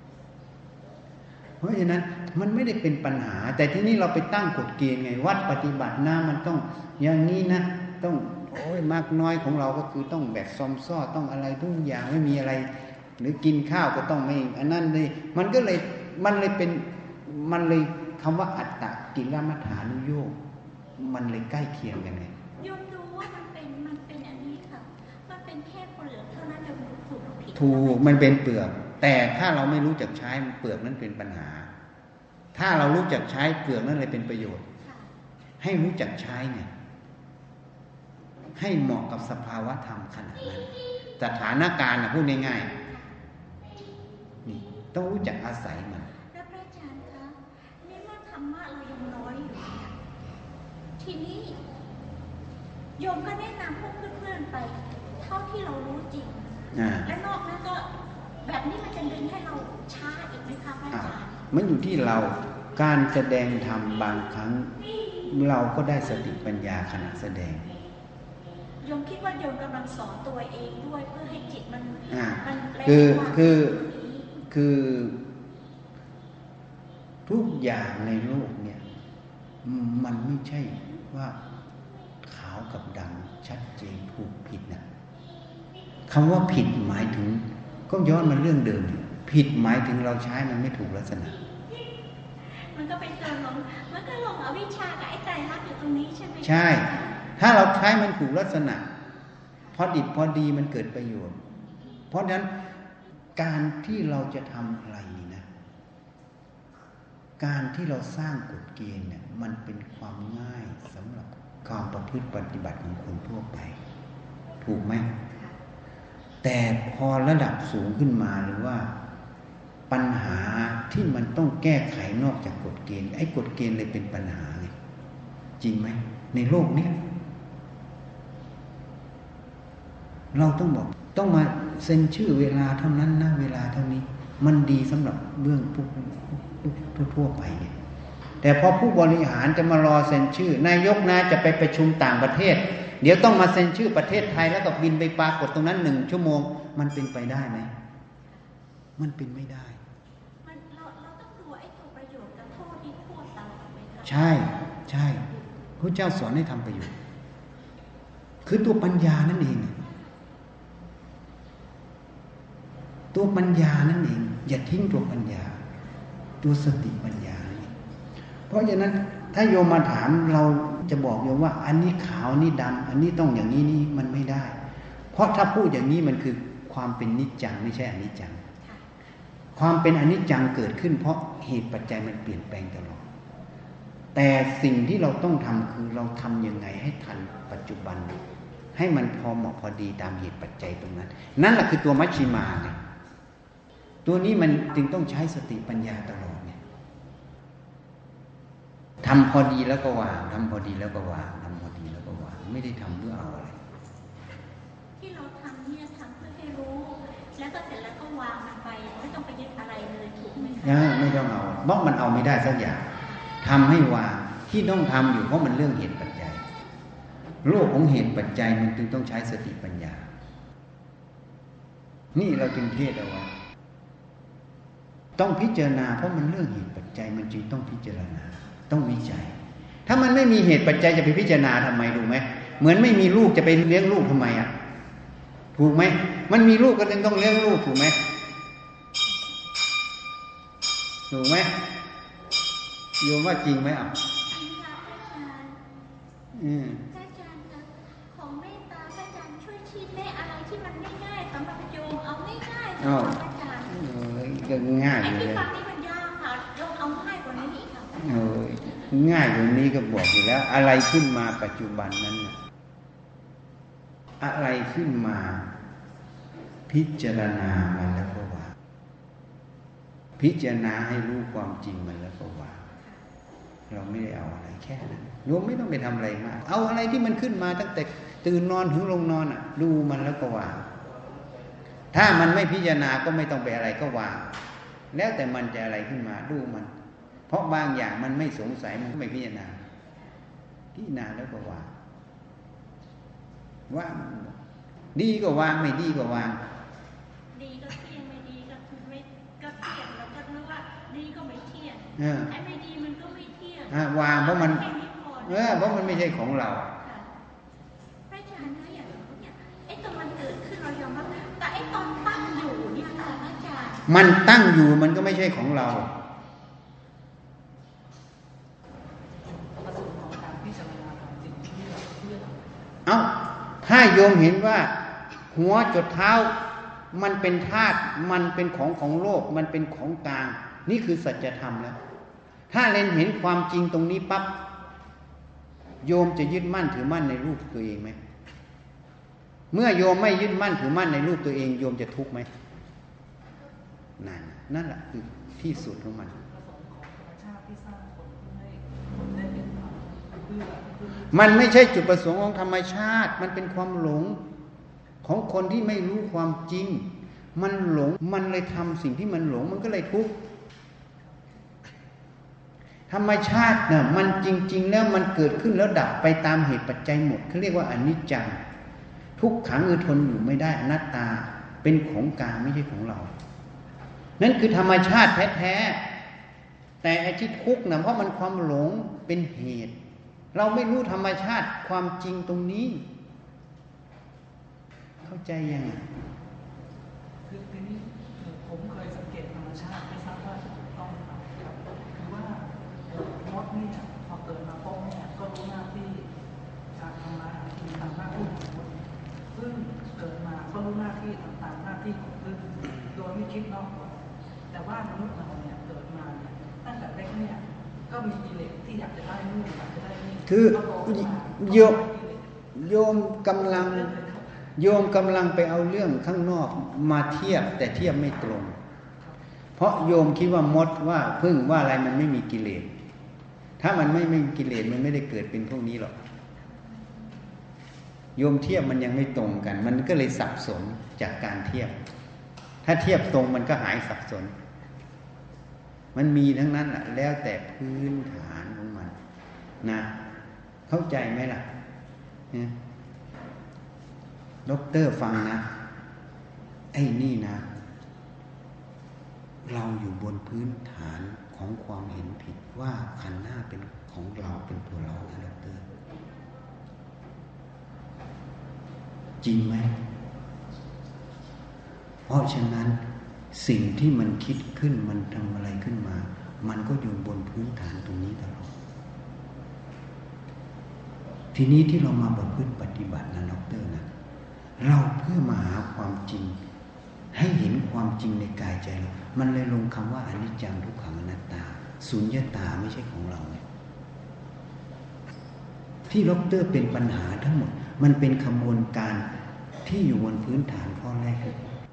เพราะฉะนั้นมันไม่ได้เป็นปัญหาแต่ที่นี่เราไปตั้งกฎเกณฑ์ไงวัดปฏิบัตินะมันต้องอย่างนี้นะต้องโอ้ยมากน้อยของเราก็คือต้องแบบซอมซ้อต้องอะไรทุกอย่างไม่มีอะไรหรือกินข้าวก็ต้องไม่อันนั้นเลยมันก็เลยมันเลยเป็นมันเลยคำว่าอัตตกิลมัฏฐานุโยคมันเลยใกล้เคียงกันไงโยมดูว่ามันเป็นมันเป็นอันนี้ค่ะมันเป็นแค่เปลือกเท่านั้นโยมถูกผิดถูกมันเป็นเปลือกแต่ถ้าเราไม่รู้จักใช้เปลือกนั้นเป็นปัญหาถ้าเรารู้จักใช้เปลือกนั้นเลยเป็นประโยชน์ให้รู้จักใช้ไงให้เหมาะกับสภาวะธรรมขณะนั้นสถานการณ์นะพูดง่ายๆนี่ต้องรู้จักอาศัยมันแล้วพระอาจารย์คะนี่ว่าธรรมะเรายังน้อยอยู่ทีนี้โยมก็แนะนำพวกเพื่อนๆไปเท่าที่เรารู้จริงและนอกนั้นก็แบบนี้มันจะดึงให้เราช้าอีกไหมคะพระอาจารย์มันอยู่ที่เราการแสดงธรรมบางครั้งเราก็ได้สติปัญญาขณะแสดงโยมคิดว่าโยมกำลังสอนตัวเองด้วยเพื่อให้จิตมันมันคือคือคือทุกอย่างในโลกเนี่ยมันไม่ใช่ว่าขาวกับดำชัดเจนถูกผิดนะคำว่าผิดหมายถึงก็ย้อนมาเรื่องเดิมผิดหมายถึงเราใช้มันไม่ถูกลักษณะมันก็เป็นตัวหลงมันก็หลงอวิชชากับไอ้ใจรักอยู่ตรงนี้ใช่ไหมใช่ถ้าเราใช้มันถูกลักษณะพอดิบพอดีมันเกิดประโยชน์เพราะฉะนั้นการที่เราจะทำอะไรนะการที่เราสร้างกฎเกณฑ์เนี่ยมันเป็นความง่ายสำหรับความประพฤติปฏิบัติของคนทั่วไปถูกไหมแต่พอระดับสูงขึ้นมาหรือว่าปัญหาที่มันต้องแก้ไขนอกจากกฎเกณฑ์ไอ้กฎเกณฑ์เลยเป็นปัญหาไงจริงไหมในโลกนี้เราต้องบอกต้องมาเซ็นชื่อเวลาเท่านั้นนะเวลาเท่านี้มันดีสำหรับเรื่องพวกทั่วไปไงแต่พอผู้บริหารจะมารอเซ็นชื่อนายกนะจะไปประชุมต่างประเทศเดี๋ยวต้องมาเซ็นชื่อประเทศไทยแล้วก็บินไปปรากฏตรงนั้นหนึ่งชั่วโมงมันเป็นไปได้ไหมมันเป็นไม่ได้มันเราเราต้องดูไอ้ตัวประโยชน์กับโทษที่โทษตามไปค่ะใช่ใช่พระเจ้าสอนให้ทำประโยชน์คือตัวปัญญานั่นเองตัวปัญญานั่นเองอย่าทิ้งตัวปัญญาตัวสติปัญญาเพราะฉะนั้นถ้าโยมมาถามเราจะบอกโยมว่าอันนี้ขาวนี่ดำอันนี้ต้องอย่างนี้นี่มันไม่ได้เพราะถ้าพูดอย่างนี้มันคือความเป็นนิจจังไม่ใช่อนิจจังความเป็นอนิจจังเกิดขึ้นเพราะเหตุปัจจัยมันเปลี่ยนแปลงตลอดแต่สิ่งที่เราต้องทำคือเราทำยังไงให้ทันปัจจุบันให้มันพอเหมาะพอดีตามเหตุปัจจัยตรงนั้นนั่นแหละคือตัวมัชฌิมาไงตัวนี้มันจึงต้องใช้สติปัญญาตลอดไงทำพอดีแล้วก็วางทำพอดีแล้วก็วางทำพอดีแล้วก็วางไม่ได้ทำเพื่อเอาอะไรที่เราทำเนี่ยทำเพื่อให้รู้แล้วก็เสร็จแล้วก็วางมันไปไม่ต้องไปยึดอะไรเลยถูกไหมคะไม่ต้องเอาเพราะมันเอาไม่ได้สักอย่างทำให้วางที่ต้องทำอยู่เพราะมันเรื่องเหตุปัจจัยโลกของเหตุปัจจัยมันจึงต้องใช้สติปัญญานี่เราจึงเทศเอาไว้ต้องพิจารณาเพราะมันเรื่องเหตุปัจจัยมันจึงต้องพิจารณาต้องวิจัยถ้ามันไม่มีเหตุปัจจัยจะไปพิจารณาทำไมถูกไหมเหมือนไม่มีลูกจะไปเลี้ยงลูกทำไมอ่ะถูกไหมมันมีลูกก็จึงต้องเลี้ยงลูกถูกไหมถูกไหมโยมว่าจริงไหมอ่ะอืมอาจารย์คะของเมตตาอาจารย์ช่วยชี้แนะอะไรที่มันง่ายๆสำหรับโยมเอาง่ายๆสำหรับอาจารย์เออก็ง่ายเลยไอ้ที่ฟังนี่มันยากค่ะลองเอาง่ายกว่านี้อีกค่ะเออง่ายกว่านี้ก็บอกอยู่แล้วอะไรขึ้นมาปัจจุบันนั้นอะไรขึ้นมาพิจารณามันแล้วก็วางพิจารณาให้รู้ความจริงมันแล้วก็วางเราไม่ได้เอาอะไรแค่นั้นโยมไม่ต้องไปทำอะไรมากเอาอะไรที่มันขึ้นมาตั้งแต่ตื่นนอนถึงลงนอนอ่ะดูมันแล้วก็วางถ้ามันไม่พิจารณาก็ไม่ต้องไปอะไรก็วางแล้วแต่มันจะอะไรขึ้นมาดูมันเพราะบางอย่างมันไม่สงสัยมันไม่พิจารณาพิจารณาแล้วก็วางว่างดีก็วางไม่ดีก็วางดีก็เที่ยงไม่ดีก็ไม่ก็เที่ยงแล้วก็นึกว่าดีก็ไม่เที่ยงไอ้ไม่ดีมันก็ไม่เที่ยงวางเพราะมันเออเพราะมันไม่ใช่ของเราพระอาจารย์นะอย่างเนี่ยไอ้ตอนมันเกิดขึ้นเรายอมรับแต่ไอ้ตอนตั้งอยู่เนี่ยค่ะพระอาจารย์มันตั้งอยู่มันก็ไม่ใช่ของเราเอ้าถ้าโยมเห็นว่าหัวจดเท้ามันเป็นธาตุมันเป็นของของโลกมันเป็นของกลางนี่คือสัจธรรมแล้วถ้าเรนเห็นความจริงตรงนี้ปั๊บโยมจะยึดมั่นถือมั่นในรูปตัวเองไหมเมื่อโยมไม่ยึดมั่นถือมั่นในรูปตัวเองโยมจะทุกข์ไหมนั่นนั่นแหละคือที่สุดของมันมันไม่ใช่จุดประสงค์ของธรรมชาติมันเป็นความหลงของคนที่ไม่รู้ความจริงมันหลงมันเลยทำสิ่งที่มันหลงมันก็เลยทุกข์ธรรมชาติเนี่ยมันจริงๆแล้วมันเกิดขึ้นแล้วดับไปตามเหตุปัจจัยหมดเขาเรียกว่าอนิจจังทุกขังคือทนอยู่ไม่ได้อนัตตาเป็นของกลางไม่ใช่ของเรานั่นคือธรรมชาติแท้ๆแต่ไอ้ที่ทุกข์นะเพราะมันความหลงเป็นเหตุเราไม่รู้ธรรมชาติความจริงตรงนี้เข้าใจยังคือทีนี้ผมเคยสังเกตธรรมชาติไม่ทราบว่าถูกต้องครับคือว่ามดนี่พอเกิดมาปุ๊บเนี่ยก็รู้หน้าที่การทำมาหากินตามหน้าที่ของคนซึ่งเกิดมาก็รู้หน้าที่ตามหน้าที่ของพึ่งโดยไม่คิดนอกกฎแต่ว่ามนุษย์เราเนี่ยเกิดมาตั้งแต่เล็กเนี่ยก็มีกิเลสที่อยากจะได้นู่นอยากจะได้นี่คือโยมโยมกำลังโยมกำลังไปเอาเรื่องข้างนอกมาเทียบแต่เทียบไม่ตรงเพราะโยมคิดว่ามดว่าพึ่งว่าอะไรมันไม่มีกิเลสถ้ามันไม่ไม่มีกิเลสมันไม่ได้เกิดเป็นพวกนี้หรอกโยมเทียบมันยังไม่ตรงกันมันก็เลยสับสนจากการเทียบถ้าเทียบตรงมันก็หายสับสนมันมีทั้งนั้นแหละแล้วแต่พื้นฐานของมันนะเข้าใจไหมล่ะเนี่ยด็อกเตอร์ฟังนะไอ้นี่นะเราอยู่บนพื้นฐานของความเห็นผิดว่าขันธ์ห้าเป็นของเราเป็นตัวเรานะด็อกเตอร์จริงไหมเพราะฉะนั้นสิ่งที่มันคิดขึ้นมันทำอะไรขึ้นมามันก็อยู่บนพื้นฐานตรงนี้ตลอดทีนี้ที่เรามาประพฤติปฏิบัตินะด็อกเตอร์นะเราเพื่อมาหาความจริงให้เห็นความจริงในกายใจเรามันเลยลงคำว่าอนิจจังทุกขังอนัตตาสุญญตาไม่ใช่ของเราไงที่ด็อกเตอร์เป็นปัญหาทั้งหมดมันเป็นขบวนการที่อยู่บนพื้นฐานข้อแรก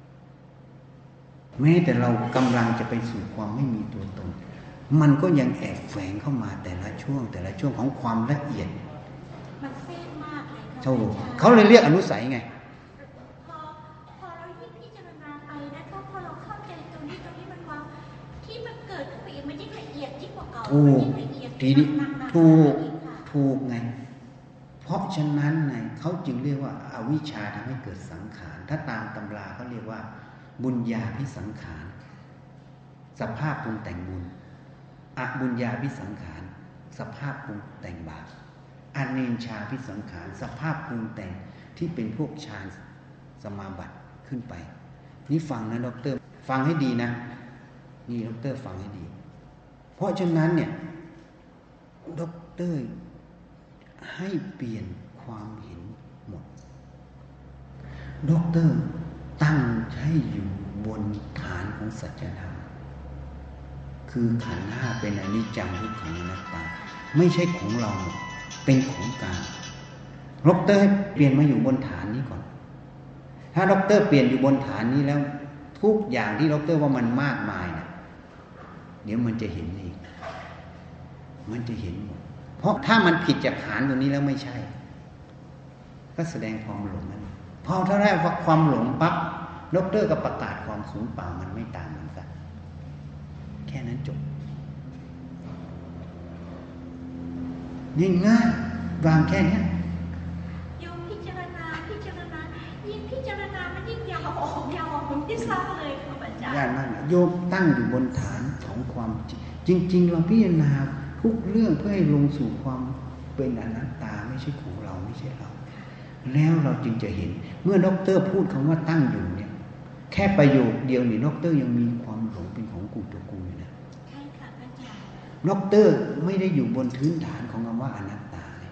แม้แต่เรากำลังจะไปสู่ความไม่มีตัวตนมันก็ยังแอบแฝงเข้ามาแต่ละช่วงแต่ละช่วงของความละเอียดมันแทรกมากเลยเขาเขาเลยเรียกอนุสัยไงพอพอเรายิ่งพิจารณาไปนะก็พอเราเข้าใจตรงนี้ตรงนี้มันว่าที่มันเกิดขึ้นไปอีกมันยิ่งละเอียดยิ่งกว่าเก่าถูกทีนี้ถูกถูกไงเพราะฉะนั้นไงเขาจึงเรียกว่าอวิชชาทำให้เกิดสังขารถ้าตามตำราเขาเรียกว่าบุญญาภิสังขารสภาพปรุงแต่งบุญอบุญญาภิสังขารสภาพปรุงแต่งบาปอเนญชาภิสังขารสภาพปรุงแต่งที่เป็นพวกฌานสมาบัติขึ้นไปนี่ฟังนะด็อกเตอร์ฟังให้ดีนะนี่ด็อกเตอร์ฟังให้ดีเพราะฉะนั้นเนี่ยด็อกเตอร์ให้เปลี่ยนความเห็นหมดด็อกเตอร์ตั้งให้อยู่บนฐานของสัจธรรมคือขันธ์ห้าเป็นอนิจจังทุกขังอนัตตาไม่ใช่ของเราเป็นของกลางด็อกเตอร์ให้เปลี่ยนมาอยู่บนฐานนี้ก่อนถ้าด็อกเตอร์เปลี่ยนอยู่บนฐานนี้แล้วทุกอย่างที่ด็อกเตอร์ว่ามันมากมายนะเดี๋ยวมันจะเห็นเองมันจะเห็นหมดเพราะถ้ามันผิดจากฐานตรงนี้แล้วไม่ใช่ก็แสดงความหลงนั่นพอถ้าได้ความหลงปั๊บด็อกเตอร์ก็ประกาศความสูญเปล่ามันไม่ต่างเหมือนกันแค่นั้นจบง่ายๆวางแค่นี้โยมพิจารณาพิจารณายิ่งพิจารณามันยิ่งยาวออกยาวออกผมที่ทราบเลยครับอาจารย์ญาติมากโยมตั้งอยู่บนฐานของความจริงจริงๆเราพิจารณาทุกเรื่องเพื่อให้ลงสู่ความเป็นอนัตตาไม่ใช่ของเราไม่ใช่เราแล้วเราจึงจะเห็นเมื่อด็อกเตอร์พูดคำว่าตั้งอยู่เนี่ยแค่ประโยคเดียวนี่ด็อกเตอร์ยังมีความหลงเป็นของกูตัวกูอยู่นะใช่ค่ะอาจารย์ด็อกเตอร์ไม่ได้อยู่บนพื้นฐานของคำว่าอนัตตาเลย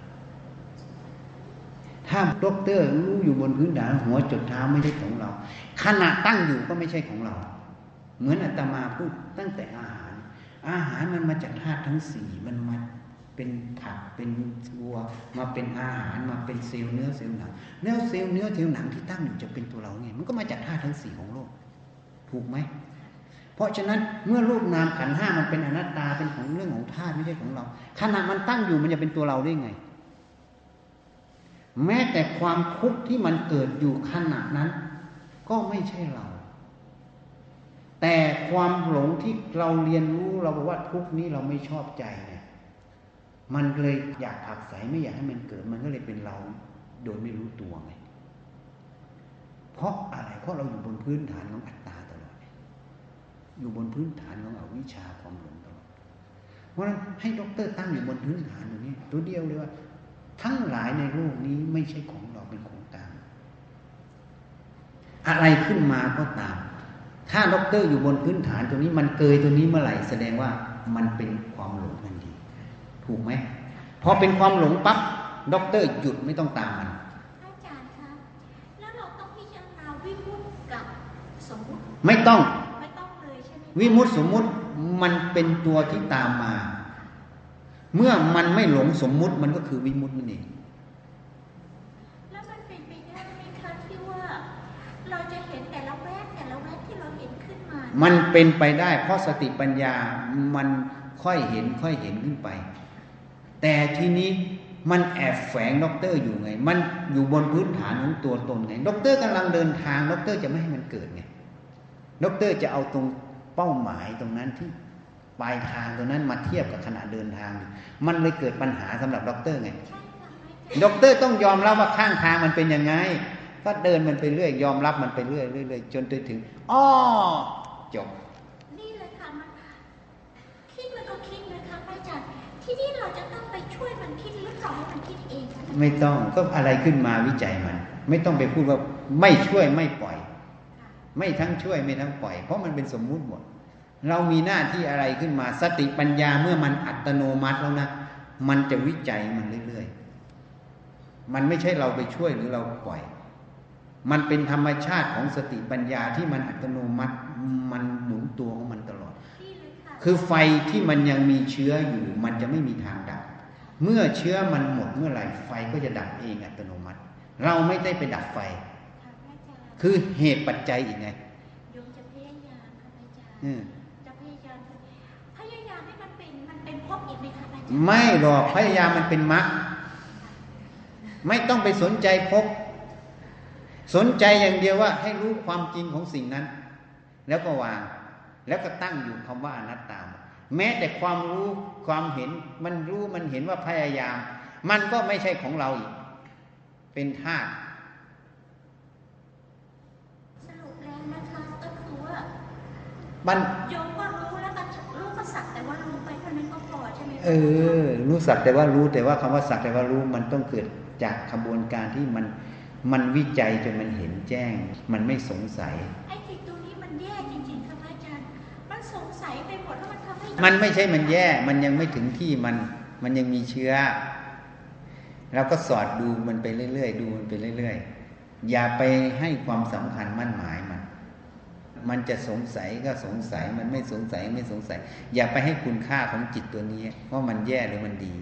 ถ้าด็อกเตอร์รู้อยู่บนพื้นฐานหัวจดเท้าไม่ใช่ของเราขณะตั้งอยู่ก็ไม่ใช่ของเราเหมือนอาตมาพูดตั้งแต่อาหารอาหารมันมาจากธาตุทั้งสี่มันมาเป็นผักเป็นวัวมาเป็นอาหารมาเป็นเซลล์เนื้อเซลล์หนังแล้วเซลล์เนื้อเซลล์หนังที่ตั้งอยู่จะเป็นตัวเราไงมันก็มาจากธาตุทั้งสี่ของโลกถูกไหมเพราะฉะนั้นเมื่อรูปนามขันธ์ห้ามันเป็นอนัตตาเป็นของเรื่องของธาตุไม่ใช่ของเราขณะมันตั้งอยู่มันจะเป็นตัวเราได้ไงแม้แต่ความทุกข์ที่มันเกิดอยู่ขณะนั้นก็ไม่ใช่เราแต่ความหลงที่เราเรียนรู้เราบอกว่าทุกข์นี้เราไม่ชอบใจเนี่ยมันเลยอยากผลักไสไม่อยากให้มันเกิดมันก็เลยเป็นเราโดยไม่รู้ตัวไงเพราะอะไรเพราะเราอยู่บนพื้นฐานของอัตตาตลอดอยู่บนพื้นฐานของอวิชชาความหลงตลอดเพราะฉะนั้นให้ด็อกเตอร์ตั้งอยู่บนพื้นฐานตรงนี้ตัวเดียวเลยว่าทั้งหลายในโลกนี้ไม่ใช่ของเราเป็นของกลางอะไรขึ้นมาก็ตามถ้าด็อกเตอร์อยู่บนพื้นฐานตรงนี้มันเกยตัวนี้เมื่อไหร่แสดงว่ามันเป็นความหลงทันทีถูกไหมพอเป็นความหลงปั๊บด็อกเตอร์หยุดไม่ต้องตามมันอาจารย์คะแล้วเราต้องพิจารณาวิมุตติกับสมมุติไม่ต้องไม่ต้องเลยใช่ไหมวิมุตติสมมุติมันเป็นตัวที่ตามมาเมื่อมันไม่หลงสมมุติมันก็คือวิมุตตินั่นเองแล้วมันเป็นไปได้ไหมคะที่ว่าเราจะเห็นแต่ละแวบแต่ละแวบที่เราเห็นขึ้นมามันเป็นไปได้เพราะสติปัญญามันค่อยเห็นค่อยเห็นขึ้นไปแต่ทีนี้มันแอบแฝงด็อกเตอร์อยู่ไงมันอยู่บนพื้นฐานของตัวตนไงด็อกเตอร์กำลังเดินทางด็อกเตอร์จะไม่ให้มันเกิดไงด็อกเตอร์จะเอาตรงเป้าหมายตรงนั้นที่ปลายทางตรงนั้นมาเทียบกับขณะเดินทางมันเลยเกิดปัญหาสำหรับด็อกเตอร์ไงด็อกเตอร์ต้องยอมรับว่าข้างทางมันเป็นยังไงก็เดินมันไปเรื่อยยอมรับมันไปเรื่อยเรื่อยจนไปถึงอ้อจบนี่เลยค่ะมันคิดมันก็คิดนะคะอาจารย์ที่นี่เราจะต้องไปช่วยมันคิดหรือปล่อยให้มันคิดเองไม่ต้องก็อะไรขึ้นมาวิจัยมันไม่ต้องไปพูดว่าไม่ช่วยไม่ปล่อยไม่ทั้งช่วยไม่ทั้งปล่อยเพราะมันเป็นสมมุติหมดเรามีหน้าที่อะไรขึ้นมาสติปัญญาเมื่อมันอัตโนมัติแล้วนะมันจะวิจัยมันเรื่อยๆมันไม่ใช่เราไปช่วยหรือเราปล่อยมันเป็นธรรมชาติของสติปัญญาที่มันอัตโนมัติมันหมุนตัวของมันตลอดคือไฟที่มันยังมีเชื้ออยู่มันจะไม่มีทางดับเมื่อเชื้อมันหมดเมื่อไหร่ไฟก็จะดับเองอัตโนมัติเราไม่ได้ไปดับไฟคือเหตุปัจจัยอีกไงโยมจะพยายามค่ะอาจารย์จะพยายามพยายามให้มันเป็นมันเป็นภพอีกไหมคะอาจารย์ไม่หรอกพยายามมันเป็นมรรคไม่ต้องไปสนใจภพสนใจอย่างเดียวว่าให้รู้ความจริงของสิ่งนั้นแล้วก็วางแล้วก็ตั้งอยู่คำว่าอนัตตาแม้แต่ความรู้ความเห็นมันรู้มันเห็นว่าพยายามมันก็ไม่ใช่ของเราอีกเป็นธาตุสรุปแล้วนะคะก็คือว่ามันโยมก็รู้แล้วก็รู้ก็สักแต่ว่ารู้ไปเท่านั้นก็พอใช่ไหมเออรู้สักแต่ว่ารู้แต่ว่าคำว่าสักแต่ว่ารู้มันต้องเกิดจากกระบวนการที่มันมันวิจัยจนมันเห็นแจ้งมันไม่สงสัยไอ้ที่ตัวนี้มันแย่จริงๆครับอาจารย์มันสงสัยไปหมดแล้วมันทำให้มันไม่ใช่มันแย่มันยังไม่ถึงที่มันมันยังมีเชื้อเราก็สอดดูมันไปเรื่อยๆดูมันไปเรื่อยๆอย่าไปให้ความสำคัญมั่นหมายมันมันจะสงสัยก็สงสัยมันไม่สงสัยไม่สงสัยอย่าไปให้คุณค่าของจิตตัวนี้ว่ามันแย่หรือมันดี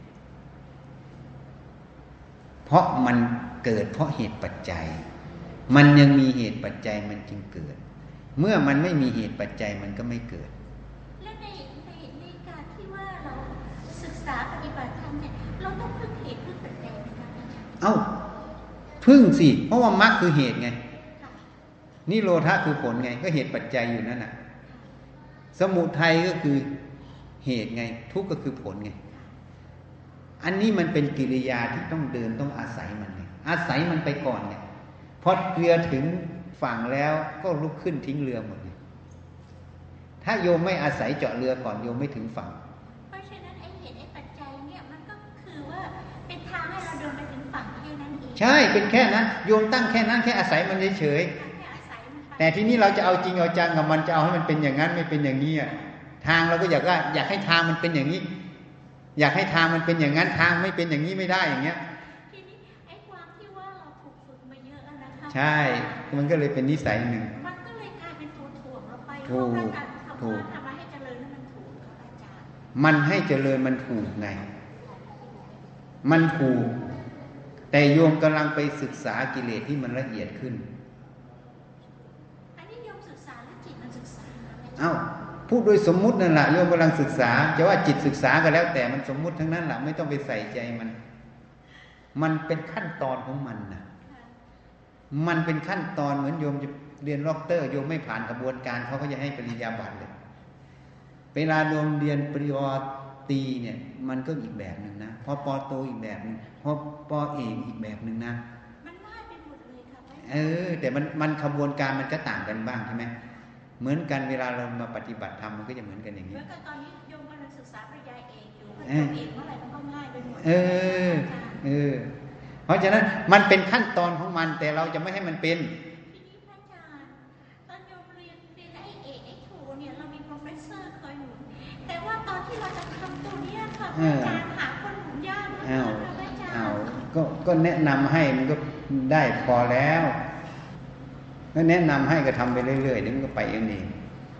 เพราะมันเกิดเพราะเหตุปัจจัยมันยังมีเหตุปัจจัยมันจึงเกิดเมื่อมันไม่มีเหตุปัจจัยมันก็ไม่เกิดและในในในการที่ว่าเราศึกษาปฏิบัติธรรมเนี่ยเราต้องพึ่งเหตุพึ่งปัจจัยในการอาจารย์เอ้าพึ่งสิเพราะว่ามรรคคือเหตุไงนิโรธะคือผลไงก็เหตุปัจจัยอยู่นั่นน่ะสมุทัยก็คือเหตุไงทุกข์ก็คือผลไงอันนี้มันเป็นกิริยาที่ต้องเดินต้องอาศัยมันไงอาศัยมันไปก่อนเนี่ยพอเรือถึงฝั่งแล้วก็ลุกขึ้นทิ้งเรือหมดเลยถ้าโยมไม่อาศัยเจาะเรือก่อนโยมไม่ถึงฝั่งเพราะฉะนั้นไอ้เหตุไอ้ปัจจัยเนี่ยมันก็คือว่าเป็นทางให้เราเดินไปถึงฝั่งแค่นั้นเองใช่เป็นแค่นั้นโยมตั้งแค่นั้นแค่อาศัยมันเฉยๆแต่ทีนี้เราจะเอาจริงเอาจังกับมันจะเอาให้มันเป็นอย่างนั้นไม่เป็นอย่างนี้อ่ะทางเราก็อยากว่าอยากให้ทางมันเป็นอย่างนี้อยากให้ทางมันเป็นอย่างนั้นทางไม่เป็นอย่างนี้ไม่ได้อย่างเงี้ยทีนี้ไอ้ความที่ว่าเราถูกฝึกมาเยอะนะคะใช่มันก็เลยเป็นนิสัยหนึ่งมันก็เลยกลายเป็นตัวถ่วงเราไปถูกถูกทำให้เจริญมันถูกครับอาจารย์มันให้เจริญมันถูกไงมันถูกแต่โยมกำลังไปศึกษากิเลสที่มันละเอียดขึ้นอันนี้โยมศึกษาหรือจิตมันศึกษาเอ้าพูดโดยสมมุตินั่นแหละโยมกำลังศึกษาจะว่าจิตศึกษาก็แล้วแต่มันสมมุติทั้งนั้นแหละไม่ต้องไปใส่ใจมันมันเป็นขั้นตอนของมันนะมันเป็นขั้นตอนเหมือนโยมจะเรียนด็อกเตอร์โยมไม่ผ่านกระบวนการเขาก็จะให้ปริญญาบัตรเลยเวลาโยมเรียนปริญญาตรีเนี่ยมันก็อีกแบบหนึ่งนะพอปอโตอีกแบบนึงพอปอเอกอีกแบบนึงนะมันง่ายไปหมดเลยค่ะเออแต่มันมันกระบวนการมันก็ต่างกันบ้างใช่ไหมเหมือนกันเวลาเรามาปฏิบัติธรรมมันก็จะเหมือนกันอย่างนี้เหมือนกันตอนนี้โยมกำลังศึกษาปริญญาเอกอยู่ปริญญาเอกเมื่อไหร่มันก็ง่ายไปหมดเออเออเพราะฉะนั้นมันเป็นขั้นตอนของมันแต่เราจะไม่ให้มันเป็นทีนี้พระอาจารย์ตอนโยมเรียนเรียนไอ้เอกไอ้โทเนี่ยเรามีโปรเฟสเซอร์เคยหนุนแต่ว่าตอนที่เราจะทำตัวเนี้ยค่ะอาจารย์หาคนหนุนยากมากค่ะอาจารย์อ้าวก็ก็แนะนำให้มันก็ได้พอแล้วก็แนะนำให้ก็ทำไปเรื่อยๆเดี๋ยวมันก็ไปเองเอง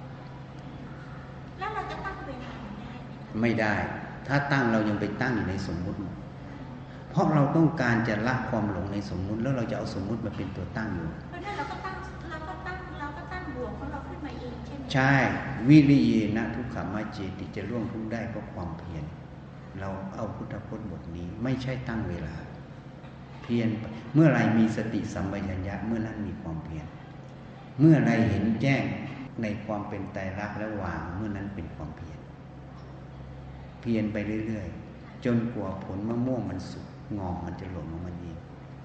แล้วเราจะตั้งเวลาได้ไหมไม่ได้ถ้าตั้งเรายังไปตั้งอยู่ในสมมุติเพราะเราต้องการจะละความหลงในสมมุติแล้วเราจะเอาสมมุติมาเป็นตัวตั้งอยู่เพราะนั้นเราก็ตั้งเราก็ตั้งเราก็ตั้งบวกของเราขึ้นมาเองใช่ไหมใช่วิริเยนะทุกขมัจเจติจะล่วงทุกข์ได้เพราะความเพียรเราเอาพุทธพจน์บทนี้ไม่ใช่ตั้งเวลาเพียรเมื่อไรมีสติสัมปชัญญะเมื่อนั้นมีความเพียรเมื่อไรเห็นแจ้งในความเป็นไตรลักษณ์และวางเมื่อนั้นเป็นความเพียรเพียรไปเรื่อยๆจนกว่าผลมะม่วงมันสุกงอมมันจะหล่นลงมาเอง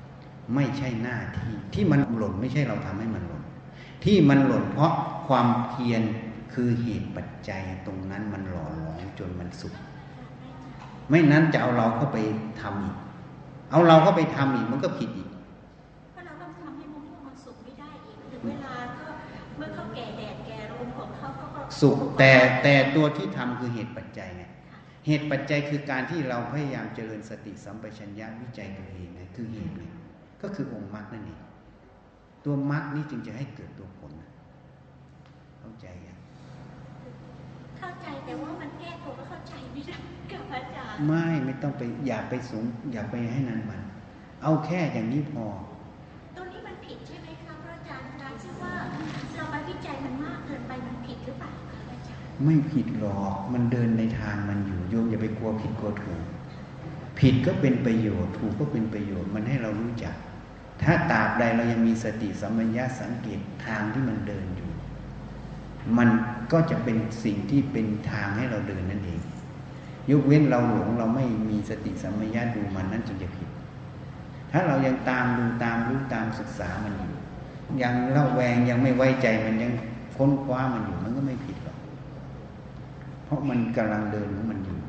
ไม่ใช่หน้าที่ที่มันหล่นไม่ใช่เราทำให้มันหล่นที่มันหล่นเพราะความเพียรคือเหตุปัจจัยตรงนั้นมันหล่อหลอมจนมันสุดไม่นั้นจะเอาเราเข้าไปทำอีกเอาเราเข้าไปทำอีกมันก็ผิดอีกเพราะเราต้องทำให้มะม่วงมันสุกไม่ได้อีกถึงเวลาก็เมื่อเขาแก่แดดแก่ลมของเขาก็สุกแต่แต่ตัวที่ทำคือเหตุปัจจัยไงเหตุปัจจัยคือการที่เราพยายามเจริญสติสัมปชัญญะวิจัยตัวเองไงคือเหตุไงก็คือองค์มรรคนั่นเองตัวมรรคนี้จึงจะให้เกิดตัวผลเข้าใจยังเข้าใจแต่ว่ามันแก้ตัวก็เข้าใจไม่ได้กับอาจารย์ไม่ไม่ต้องไปอย่าไปสูงอย่าไปให้นั้นมันเอาแค่อย่างนี้พอตัวนี้มันผิดใช่ไหมคะพระอาจารย์คะที่ว่าเราไปวิจัยมันมากเกินไปมันผิดหรือเปล่าคะอาจารย์ไม่ผิดหรอกมันเดินในทางมันอยู่โยมอย่าไปกลัวผิดกลัวถูกผิดก็เป็นประโยชน์ถูกก็เป็นประโยชน์มันให้เรารู้จักถ้าตราบใดเรายังมีสติสัมปชัญญะสังเกตทางที่มันเดินอยู่มันก็จะเป็นสิ่งที่เป็นทางให้เราเดินนั่นเองยกเว้นเราหลงเราไม่มีสติสัมปชัญญะดูมันนั่นจึงจะผิดถ้าเรายังตามดูตามรู้ตามศึกษามันอยู่ยังระแวงยังไม่ไว้ใจมันยังค้นคว้ามันอยู่มันก็ไม่ผิดหรอกเพราะมันกำลังเดินของมันอยู่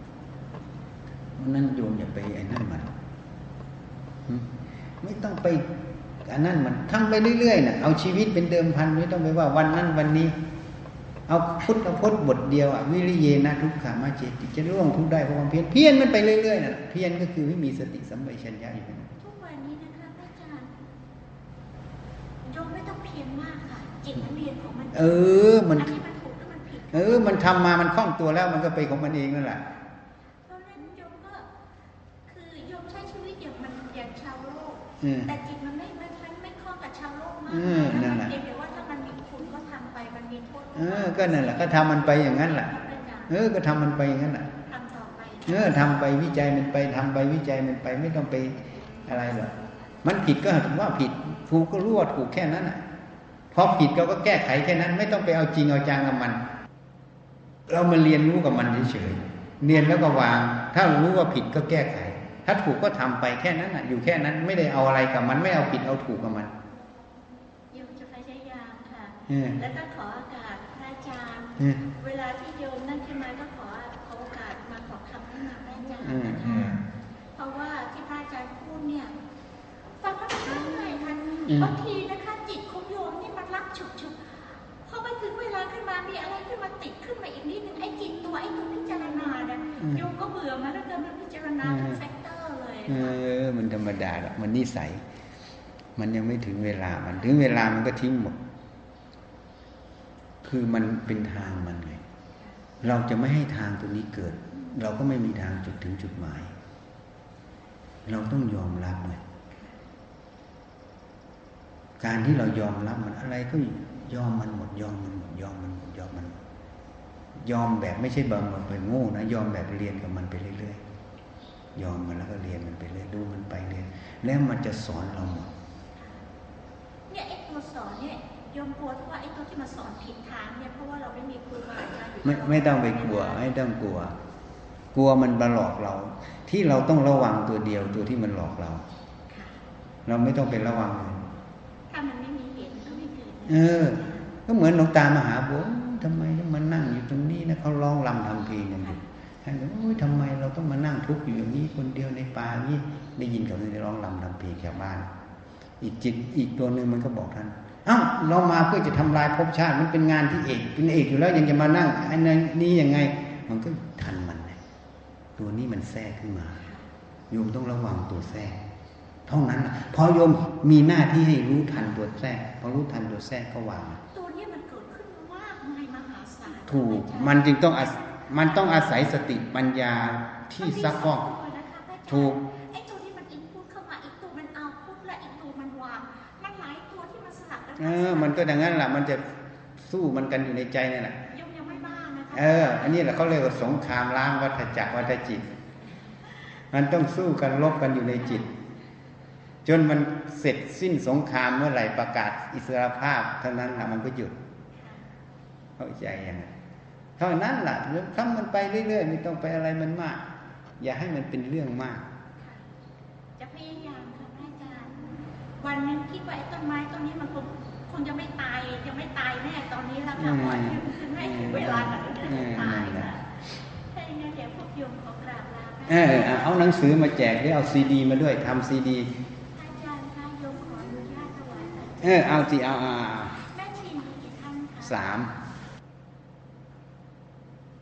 นั่นโยมอย่าไปไอ้นั่นมันไม่ต้องไปอันนั้นมันทำไปเรื่อยๆน่ะเอาชีวิตเป็นเดิมพันไม่ต้องไปว่าวันนั้นวันนี้เอาพุทธพจน์บทเดียวอ่ะวิริเยนะทุกขามาเจติจะร่วงทุกได้เพราะความเพียรเพียรมันไปเรื่อยๆน่ะเพียรก็คือให้มีสติสัมปชัญญะอยู่ทุกวันนี้นะคะอาจารย์โยมไม่ต้องเพียรมากค่ะจิตมันเรียนของมันเออมันอันนี้มันถูกหรือมันผิดเออมันทำมามันคล่องตัวแล้วมันก็ไปของมันเองนั่นแหละแต่จิตมันไม่ไม่ไม่คล้องกับชาวโลกมากนั่นแหละเพียงแต่ว่าถ้ามันมีคุณก็ทำไปมันมีโทษเออก็นั่นแหละก็ทำมันไปอย่างนั้นแหละเออก็ทำมันไปอย่างนั้นแหละทำต่อไปเออทำไปวิจัยมันไปทำไปวิจัยมันไปไม่ต้องไปอะไรหรอกมันผิดก็ถือว่าผิดถูกก็รู้ว่าถูกแค่นั้นอ่ะพอผิดเราก็แก้ไขแค่นั้นไม่ต้องไปเอาจริงเอาจังกับมันเรามาเรียนรู้กับมันเฉยๆเรียนแล้วก็วางถ้ารู้ว่าผิดก็แก้ไขถ้าถูกก็ทำไปแค่นั้นน่ะอยู่แค่นั้นไม่ได้เอาอะไรกับมันไม่เอาผิดเอาถูกกับมันโยมจะพยายามค่ะแล้วก็ขอโอกาสพระอาจารย์เวลาที่โยมนั่นขึ้นมาก็ขอขอโอกาสมาขอคำแนะนำพระอาจารย์นะคะเพราะว่าที่พระอาจารย์พูดเนี่ยฟังแล้วมันง่ายค่ะบางทีนะคะจิตของโยมนี่มันรักฉุกฉุกพอไปถึงเวลาขึ้นมามีอะไรขึ้นมาติดขึ้นมาอีกนิดนึงไอ้จิตตัวไอ้ตัวพิจารณาเนี่ยโยมก็เบื่อมาแล้วเกินมันพิจารณาทั้งแฟกเตอร์เลยเออมันธรรมดาละมันนิสัยมันยังไม่ถึงเวลามันถึงเวลามันก็ทิ้งหมดคือมันเป็นทางมันไงเราจะไม่ให้ทางตัวนี้เกิดเราก็ไม่มีทางจุดถึงจุดหมายเราต้องยอมรับเลยการที่เรายอมรับมันอะไรก็ยอมมันหมดยอมมันหมดยอมมันหมดยอมมันยอมแบบไม่ใช่บางมันไปโง่นะยอมแบบเรียนกับมันไปเรื่อยๆยอมมันแล้วก็เรียนมันไปเรื่อยดูมันไปเรียนแล้วมันจะสอนเราหมดเนี่ยไอ้ตัวสอนเนี่ยยอมกลัวว่าไอ้ตัวที่มาสอนผิดทางเนี่ยเพราะว่าเราไม่มีครูบาอาจารย์อยู่ไม่ไม่ต้องไปกลัวไม่ต้องกลัวกลัวมันมาหลอกเราที่เราต้องระวังตัวเดียวตัวที่มันหลอกเราเราไม่ต้องไประวังเลยถ้ามันไม่มีเหตุก็ไม่เกิดเออก็เหมือนหลวงตามหาบัวทำไมต้องมานั่งอยู่ตรงนี้นะเขาร้องรำทำเพลงกันอยู่ท่านก็โอ้ยทำไมเราต้องมานั่งทุกข์อยู่อย่างนี้คนเดียวในป่านี่ได้ยินเขาเลยร้องรำทำเพลงชาวบ้านอีกจิตอีกตัวหนึ่งมันก็บอกท่านเอ้าเรามาเพื่อจะทำลายภพชาติมันเป็นงานที่เอกเป็นเอกอยู่แล้วยังจะมานั่งไอ้นี้ยังไงมันก็ทันมันเลยตัวนี้มันแทรกขึ้นมาโยมต้องระวังตัวแทรกเท่านั้นพอโยมมีหน้าที่ให้รู้ทันตัวแทรกพอรู้ทันตัวแทรกก็วางตัวนี้มันเกิดขึ้นมากมายมหาศาลถูกมันจึงต้องมันต้องอาศัยสติปัญญาที่ซักฟอกถูกไอ้ตัวที่มันอินพุตเข้ามาอีกตัวมันเอาพุตและอีกตัวมันวางมันหลายตัวที่มันสลับกันเออมันก็อย่างนั้นแหละมันจะสู้มันกันอยู่ในใจนี่แหละยังยังไม่บ้านะคะเอออันนี้แหละเขาเรียกว่าสงครามล้างวัฏจักรวัฏจิตมันต้องสู้กันรบกันอยู่ในจิตจนมันเสร็จสิ้นสงครามเมื่อไหร่ประกาศอิสรภาพเท่านั้นแหละมันก็หยุดเข้าใจยังเท่านั้นแหละทำมันไปเรื่อยๆไม่ต้องไปอะไรมันมากอย่าให้มันเป็นเรื่องมากจะพยายามค่ะอาจารย์วันนึงคิดว่าไอ้ต้นไม้ต้นนี้มันคงคงจะไม่ตายจะไม่ตายแน่ตอนนี้แล้วค่ะปล่อยให้มันขึ้นให้ถึงเวลานั้นจะตายค่ะถ้าอย่างนั้นเดี๋ยวพวกโยมขอกราบลาเออเอาหนังสือมาแจกได้เอาซีดีมาด้วยทำซีดีอาจารย์คะโยมขออนุญาตถวายเออเอาสิเอาเอาแม่ชีมีกี่ท่านคะสาม